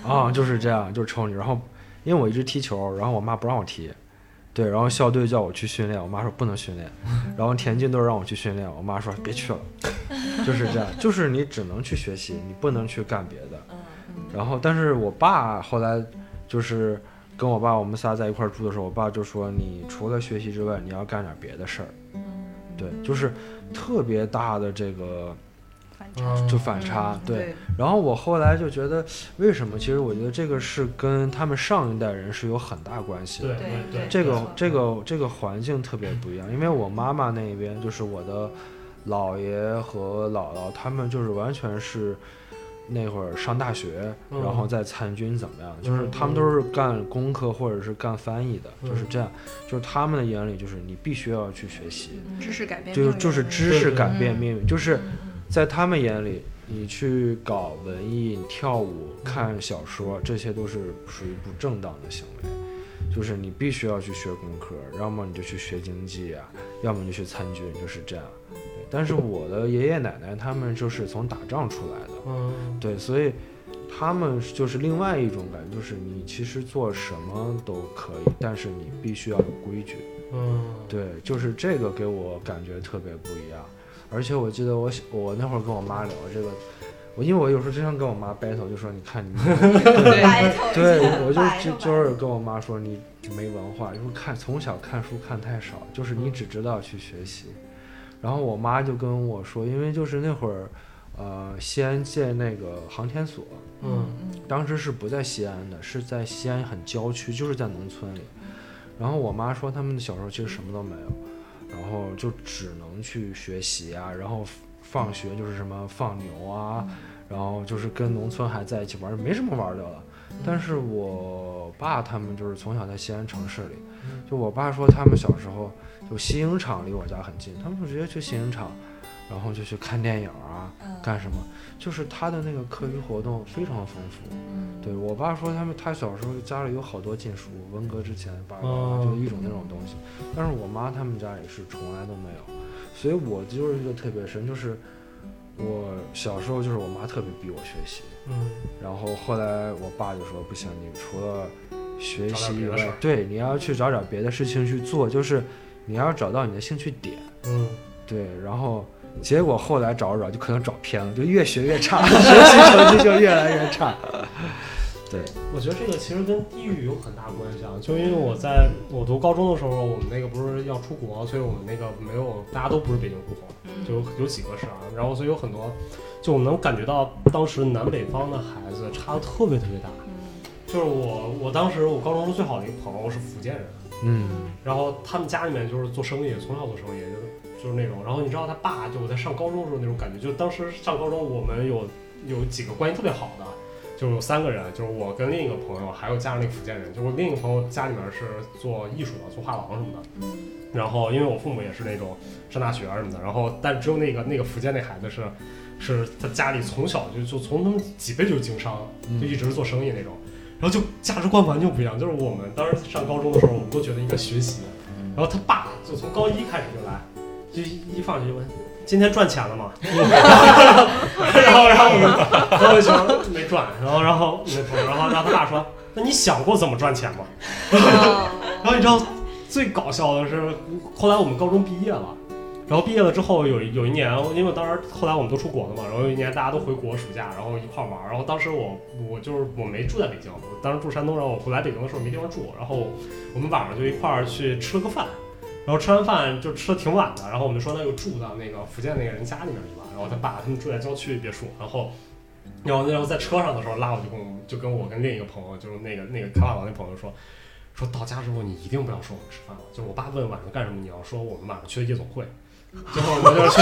E: 啊，就是这样，就是抽你。然后因为我一直踢球，然后我妈不让我踢，对，然后校队叫我去训练，我妈说不能训练，然后田径队让我去训练，我妈说别去了，就是这样，就是你只能去学习，你不能去干别的。然后但是我爸后来就是跟我爸我们仨在一块住的时候，我爸就说你除了学习之外，你要干点别的事儿。对，就是特别大的这个就反差，对, 对。然后我后来就觉得，为什么？其实我觉得这个是跟他们上一代人是有很大关系的。
A: 对对对。
E: 这个这个这个环境特别不一样，因为我妈妈那边就是我的姥爷和姥姥，他们就是完全是那会儿上大学，
A: 嗯、
E: 然后再参军怎么样？就是他们都是干工科或者是干翻译的，
A: 嗯、
E: 就是这样。就是他们的眼里，就是你必须要去学习，
D: 知识改变
E: 命运，就就是知识改变命运，
D: 嗯、
E: 就是在他们眼里。你去搞文艺、跳舞、看小说，这些都是属于不正当的行为。就是你必须要去学工科，要么你就去学经济啊，要么你就去参军，就是这样。对，但是我的爷爷奶奶他们就是从打仗出来的，
A: 嗯，
E: 对，所以他们就是另外一种感觉，就是你其实做什么都可以，但是你必须要有规矩。
A: 嗯，
E: 对，就是这个给我感觉特别不一样。而且我记得我我那会儿跟我妈聊这个，我因为我有时候经常跟我妈 battle， 就说你看你对, 对，我就就就是跟我妈说你没文化，就是看从小看书看太少，就是你只知道去学习。然后我妈就跟我说，因为就是那会儿，呃，西安建那个航天所，
A: 嗯，
E: 当时是不在西安的，是在西安很郊区，就是在农村里。然后我妈说他们小时候其实什么都没有。然后就只能去学习啊，然后放学就是什么放牛啊，然后就是跟农村孩子在一起玩，没什么玩的了。但是我爸他们就是从小在西安城市里，就我爸说他们小时候就西影厂离我家很近，他们就直接去西影厂，然后就去看电影啊，干什么，就是他的那个课余活动非常丰富。对，我爸说他们他小时候家里有好多禁书，文革之前爸爸就一种那种东西，但是我妈他们家里是从来都没有，所以我就是一个特别深，就是我小时候就是我妈特别逼我学习，
A: 嗯，
E: 然后后来我爸就说不行，你除了学习以外，对，你要去找点别的事情去做，就是你要找到你的兴趣点，
A: 嗯，
E: 对，然后结果后来找找就可能找偏了，就越学越差，学习成绩就越来越差。对，
A: 我觉得这个其实跟地域有很大关系啊。就因为我在我读高中的时候，我们那个不是要出国，所以我们那个没有，大家都不是北京户口，就有有几个是啊。然后所以有很多，就我们能感觉到当时南北方的孩子差的特别特别大。就是我我当时我高中时最好的一个朋友是福建人，
E: 嗯，
A: 然后他们家里面就是做生意，从小做生意，就是就是那种。然后你知道他爸就我在上高中的时候那种感觉，就当时上高中我们有有几个关系特别好的。就有三个人，就是我跟另一个朋友，还有加上那个福建人。就我另一个朋友家里面是做艺术的，做画廊什么的。嗯。然后因为我父母也是那种上大学啊什么的，然后但只有那个那个福建那孩子是，是他家里从小就就从他们几辈就是经商，就一直是做生意那种。然后就价值观完全不一样。就是我们当时上高中的时候，我们都觉得应该学习。然后他爸就从高一开始就来，就一放学就问。今天赚钱了吗？然后然后我们朋友说没赚，然后然后那朋友，然后然后他爸说，那你想过怎么赚钱吗？然后你知道最搞笑的是，后来我们高中毕业了，然后毕业了之后有有一年，因为当时后来我们都出国了嘛，然后有一年大家都回国暑假，然后一块玩，然后当时我我就是我没住在北京，我当时住山东，然后我回来北京的时候没地方住，然后我们晚上就一块儿去吃了个饭。然后吃完饭就吃的挺晚的，然后我们说那就住到那个福建那个人家里面去吧。然后他爸他们住在郊区别墅，然后，然后然后在车上的时候拉我就跟我就跟我跟另一个朋友，就是那个那个开画廊那朋友说，说到家之后你一定不要说我们吃饭了，就是我爸问晚上干什么，你要说我们晚上去的夜总会。最后我们就去，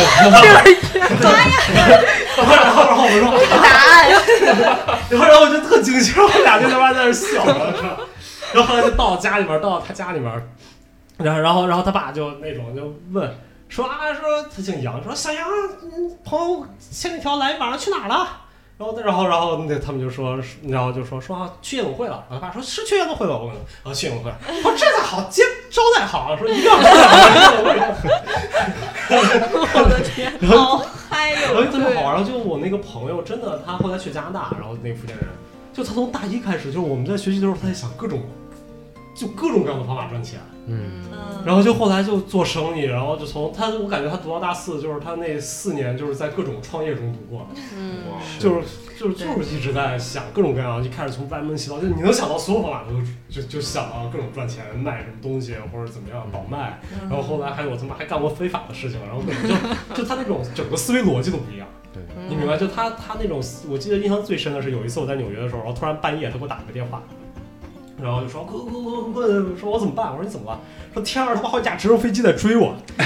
A: 然后然后我们说这个答案，然后然后我就特惊喜，我们俩就他妈在那笑了，是吧？然后后来就到家里边，到他家里边。然后，然后，然后他爸就那种就问说啊，说他姓杨，说小杨，嗯，朋友千里迢来，晚上去哪儿了？然后，然后，然后那他们就说，然后就说说啊，去夜总会了。然后他爸说是去夜总会了，我问啊，去夜总会。说这才好，接招待好，说一定要去夜总会。
B: 我的天，好嗨哟！
A: 然后特别好玩。然后就我那个朋友真的，他后来去加拿大，然后那个福建人。 就他从大一开始，就是我们在学习的时候，他在想各种，就各种各样的方法赚钱。
E: 嗯，
A: 然后就后来就做生意，然后就从他，我感觉他读到大四，就是他那四年就是在各种创业中度过的。
D: 嗯，
A: 就是就是就是一直在想各种各样，就开始从歪门邪道，就你能想到所有方法都就就想到各种赚钱，卖什么东西或者怎么样倒卖。然后后来还有他妈还干过非法的事情，然后各种就就他那种整个思维逻辑都不一样。
E: 对，
A: 你明白？就他他那种，我记得印象最深的是有一次我在纽约的时候，然后突然半夜他给我打了个电话，然后就说哥哥哥哥，说我怎么办？我说你怎么了？说天儿他妈好几架直升飞机在追我。然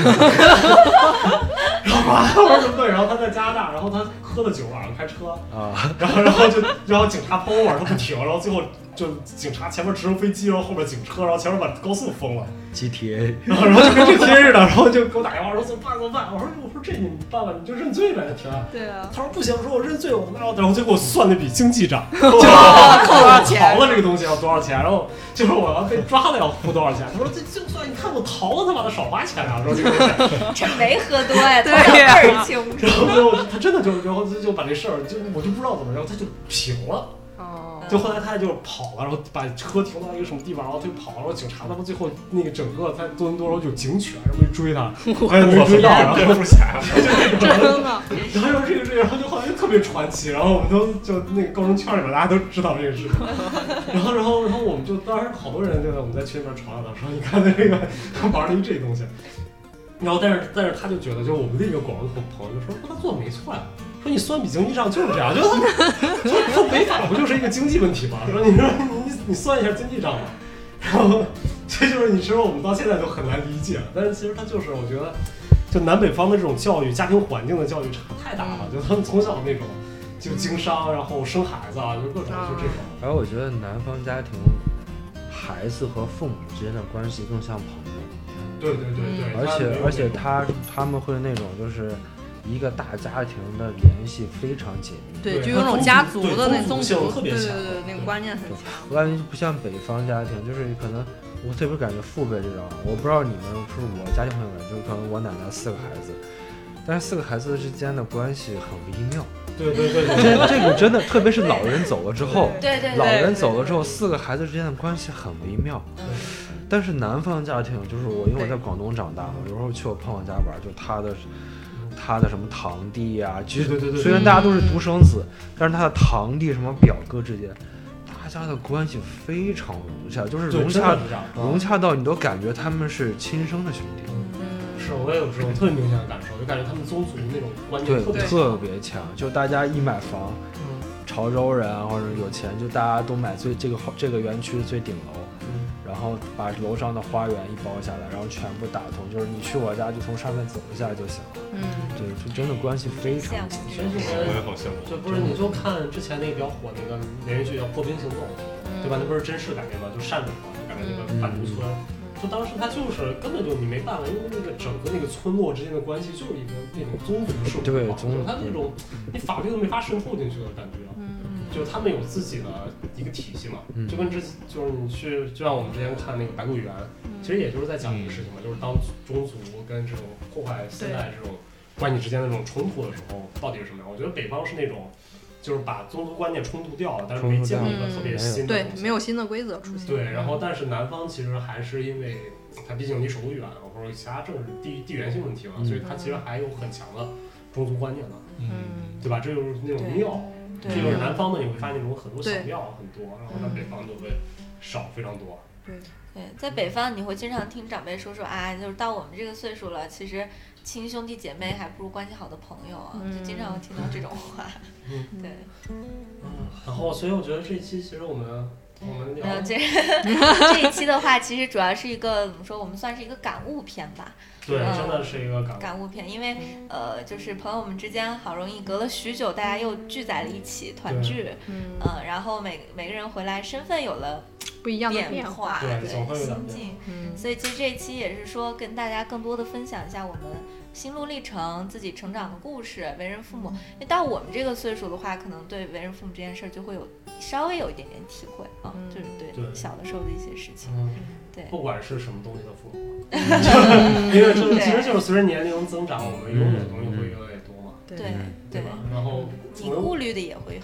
A: 后啊，我说什么对？然后他在加拿大，然后他喝了酒晚上开车啊，然后然后就然后警察包我，他不停，然后最后就警察前面直升飞机，然后后面警车，然后前面把高速封了。
E: G T A，
A: 然后然后就跟 G T A 似的，然后就给我打电话说怎么办怎么办？我说我说这你办吧，你就认罪呗，停。
D: 对啊。
A: 他说不行，我说我认罪，我他妈，然后就给我算那笔经济账，就
D: 扣多少钱？
A: 逃了这个东西要多少钱？然后就说我要被抓了要付多少钱？他说这就算你看我逃了，他妈的少花钱啊！说这个
B: 这没喝多呀，
D: 对
B: 呀，倍儿清楚。
A: 然后最后他真的就然后就把这事儿就我就不知道怎么，然后他就平了。
D: 哦，
A: 就后来他就跑了，然后把车停到一个什么地方，然后他就跑了，然后警察他们最后那个整个在多伦多，然后有警犬，然后没追他，还有没追到，然后
C: 蝙蝠侠，
A: 真的，然后这个事情，然后就好像就特别传奇，然后我们都就那个高中圈里面大家都知道这个事情，然后然后然后我们就当时好多人就在我们在群里面传了，说你看那个他玩了一这东西，然后但是但是他就觉得，就我们另一个广东朋友就说说他做的没错呀。说你算笔经济账就是这样，就就他违法不就是一个经济问题吗？说你说你你算一下经济账嘛，然后这就是你说我们到现在都很难理解，但是其实他就是我觉得，就南北方的这种教育、家庭环境的教育差太大了，就他们从小那种就经商，然后生孩子啊，就各种就这种。
E: 而我觉得南方家庭孩子和父母之间的关系更像朋友。
A: 对对对对，
E: 而且而且他他们会那种就是一个大家庭的联系非常紧密，
D: 对，就有种家族的那种
A: 宗族，
D: 对对对，那个观念很强。
E: 我感觉不像北方家庭，就是可能我特别感觉父辈这种，我不知道你们是我家庭朋友们，就是可能我奶奶四个孩子，但是四个孩子之间的关系很微妙。
A: 对对对对，
E: 这这个真的，特别是老人走了之后，
B: 对对，
E: 老人走了之后，四个孩子之间的关系很微妙。但是南方家庭，就是我，因为我在广东长大嘛，有时候去我朋友家玩，就他的。他的什么堂弟啊，其实虽然大家都是独生子，但是他的堂弟什么表哥之间，大家的关系非常融洽，就是融洽融洽到你都感觉他们是亲生的兄弟。
A: 嗯，是我也有这种特别明显的感受，就感觉他们宗族那种观念特别
E: 对特别强，就大家一买房，嗯、潮州人啊或者有钱，就大家都买最这个这个园区的最顶楼。然后把楼上的花园一包下来，然后全部打通，就是你去我家就从上面走一下就行了。嗯，对，就真的关系非常紧密。
C: 我也好羡慕。
A: 就不是你就看之前那个比较火那个连续剧叫《破冰行动》，对吧？那不是真实改编吗？就汕尾嘛，改编那个板奴村。就当时他就是根本就你没办法，因为那个整个那个村落之间的关系就是一个那种宗族式的，
E: 对，宗族，
A: 他那种你法律都没法渗透进去的感觉。就是他们有自己的一个体系嘛，嗯、就跟之就是你去，就像我们之前看那个《白鹿原》，嗯、其实也就是在讲一个事情嘛，嗯、就是当宗族跟这种破坏现代这种关系之间的这种冲突的时候，到底是什么样？我觉得北方是那种，就是把宗族观念冲突掉了，但是没建立一个特别新的、嗯、
D: 对，没有新的规则出现。
A: 对，然后但是南方其实还是因为它毕竟离首都远，或者其他政治地地缘性问题嘛，嗯、所以它其实还有很强的宗族观念的，嗯，对吧？这就是那种庙。这就是南方的，你会发现那种很多小庙很多，然后在北方就会少非常多。
B: 对对，在北方你会经常听长辈说说啊，就是到我们这个岁数了，其实亲兄弟姐妹还不如关系好的朋友啊，就经常会听到这种话。嗯，对。
A: 嗯，然后所以我觉得这一期其实我们。我们聊
B: 这这一期的话，其实主要是一个怎么说？我们算是一个感悟片吧。
A: 对，嗯、真的是一个感悟
B: 感悟片，因为呃，就是朋友们之间好容易隔了许久，大家又聚在了一起团聚，嗯、呃，然后每每个人回来身份有了
D: 不一样的
B: 变化，
A: 对，
B: 对心境。嗯，所以其实这一期也是说跟大家更多的分享一下我们心路历程、自己成长的故事、为人父母。因为到我们这个岁数的话，可能对为人父母这件事就会有稍微有一点点体会啊，嗯、就是对小的时候的一些事情。嗯、对，
A: 不管是什么东西的父母，因为这其实就是随着年龄增长，我们拥有的东西会越来越多嘛。
B: 对
A: 对吧？然后
B: 你顾虑的也会很多。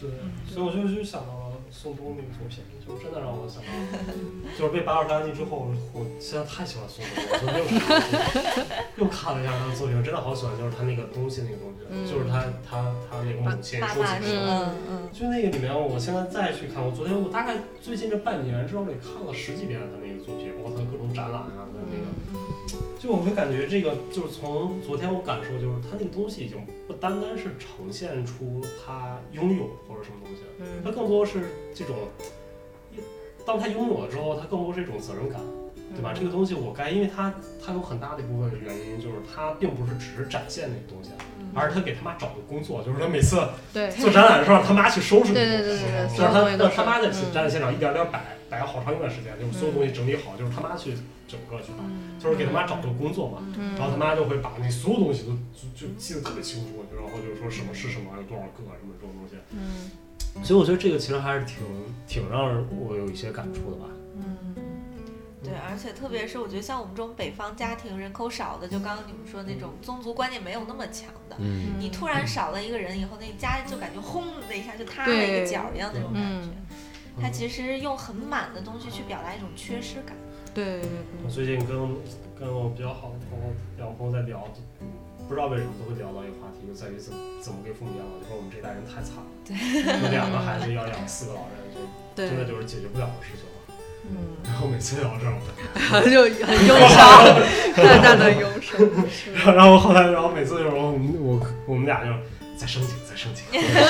A: 对，所以我就就想到了宋冬那个作品，就真的让我想到，就是被拔出安利之后，我现在太喜欢宋冬了，就又又看了一下他的作品，我真的好喜欢，就是他那个东西那个东西，嗯、就是他他他那个母亲说起什么，嗯就那个里面，我现在再去看，我昨天我大概最近这半年至少得看了十几遍他那个作品，包括他各种展览啊的那个。就我会感觉这个就是从昨天我感受就是他那个东西已经不单单是呈现出他拥有或者什么东西，嗯，它更多是这种，当他拥有了之后，他更多是一种责任感，对吧？嗯、这个东西我该，因为他他有很大的一部分原因就是他并不是只是展现那个东西，嗯、而是他给他妈找个工作，就是他每次做展览的时候让他妈去收拾那个东西，就是他让他妈在展览现场一点点摆。摆了好长一段时间，就是所有东西整理好，就是他妈去整个去摆，嗯、就是给他妈找个工作嘛，嗯、然后他妈就会把那所有东西都就就记得特别清楚，然后就是说什么是什么，有多少个什么这种东西。嗯，所以我觉得这个其实还是挺挺让我有一些感触的吧。
B: 嗯，对，而且特别是我觉得像我们这种北方家庭人口少的，就刚刚你们说那种宗族观念没有那么强的，嗯、你突然少了一个人以后，那家就感觉轰的一下就塌了一个角一样那种感觉。他其实用很满的东西去表达一种缺失感。
D: 对，
A: 我最近跟跟我比较好的朋友，两个朋友在聊，不知道为什么都会聊到一个话题，就在于怎么怎么给父母养老。就说我们这一代人太惨了，
B: 对，
A: 有两个孩子要养四个老人，就真的就是解决不了的事情了。嗯，然后每次聊这儿，
D: 就很忧伤，淡淡的忧伤。
A: 然后后来，然后每次就是我们我我们俩就。再升级，再升级。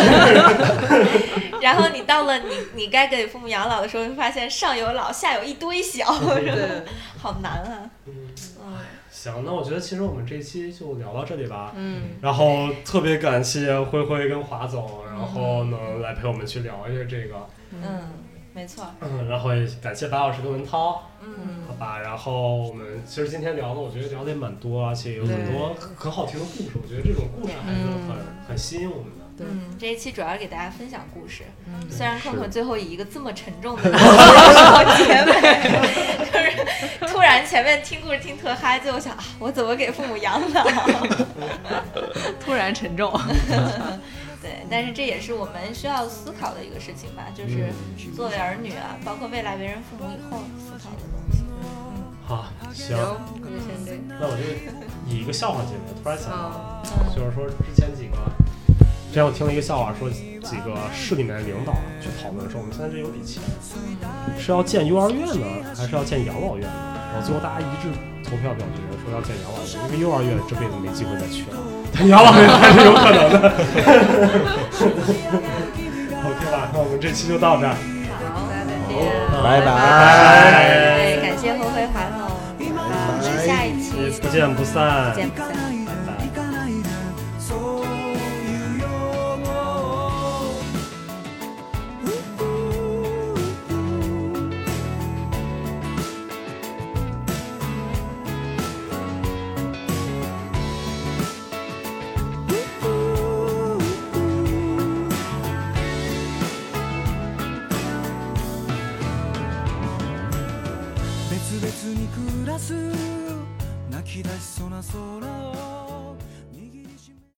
B: 然后你到了你你该给父母养老的时候，就发现上有老，下有一堆小，对，好难啊。
A: 嗯，嗯行，那我觉得其实我们这期就聊到这里吧。嗯。然后特别感谢灰灰跟华总，然后呢、嗯、来陪我们去聊一下这个。
B: 嗯，没错。
A: 嗯，然后也感谢白老师跟文涛。嗯，好吧，然后我们其实今天聊的，我觉得聊的也蛮多，而且有很多很好听的故事。我觉得这种故事还是很、嗯、很吸引我们的。
B: 嗯，这一期主要是给大家分享故事。嗯、虽然困困最后以一个这么沉重的结尾，就是突然前面听故事听特嗨，最后想啊，我怎么给父母养老？
D: 突然沉重。
B: 对，但是这也是我们需要思考的一个事情吧，就是作为儿女啊，包括未来为人父母以后思考的东西。
A: 嗯，好，行，那我就以一个笑话结尾。突然想到，嗯、就是说之前几个，之前我听了一个笑话，说几个市里面的领导去讨论说，我们现在这有笔钱，是要建幼儿园呢，还是要建养老院呢？然后最后大家一致投票表决说要建养老院，因为幼儿园这辈子没机会再去了，但养老院还是有可能的。OK 吧，那我们这期就到这儿。
B: 好，再见，
E: 拜拜。
B: 哎，感谢灰灰华总，我们下一期
A: 不见不散，
B: 不见不散。
F: 別々に暮らす泣き出しそうな空を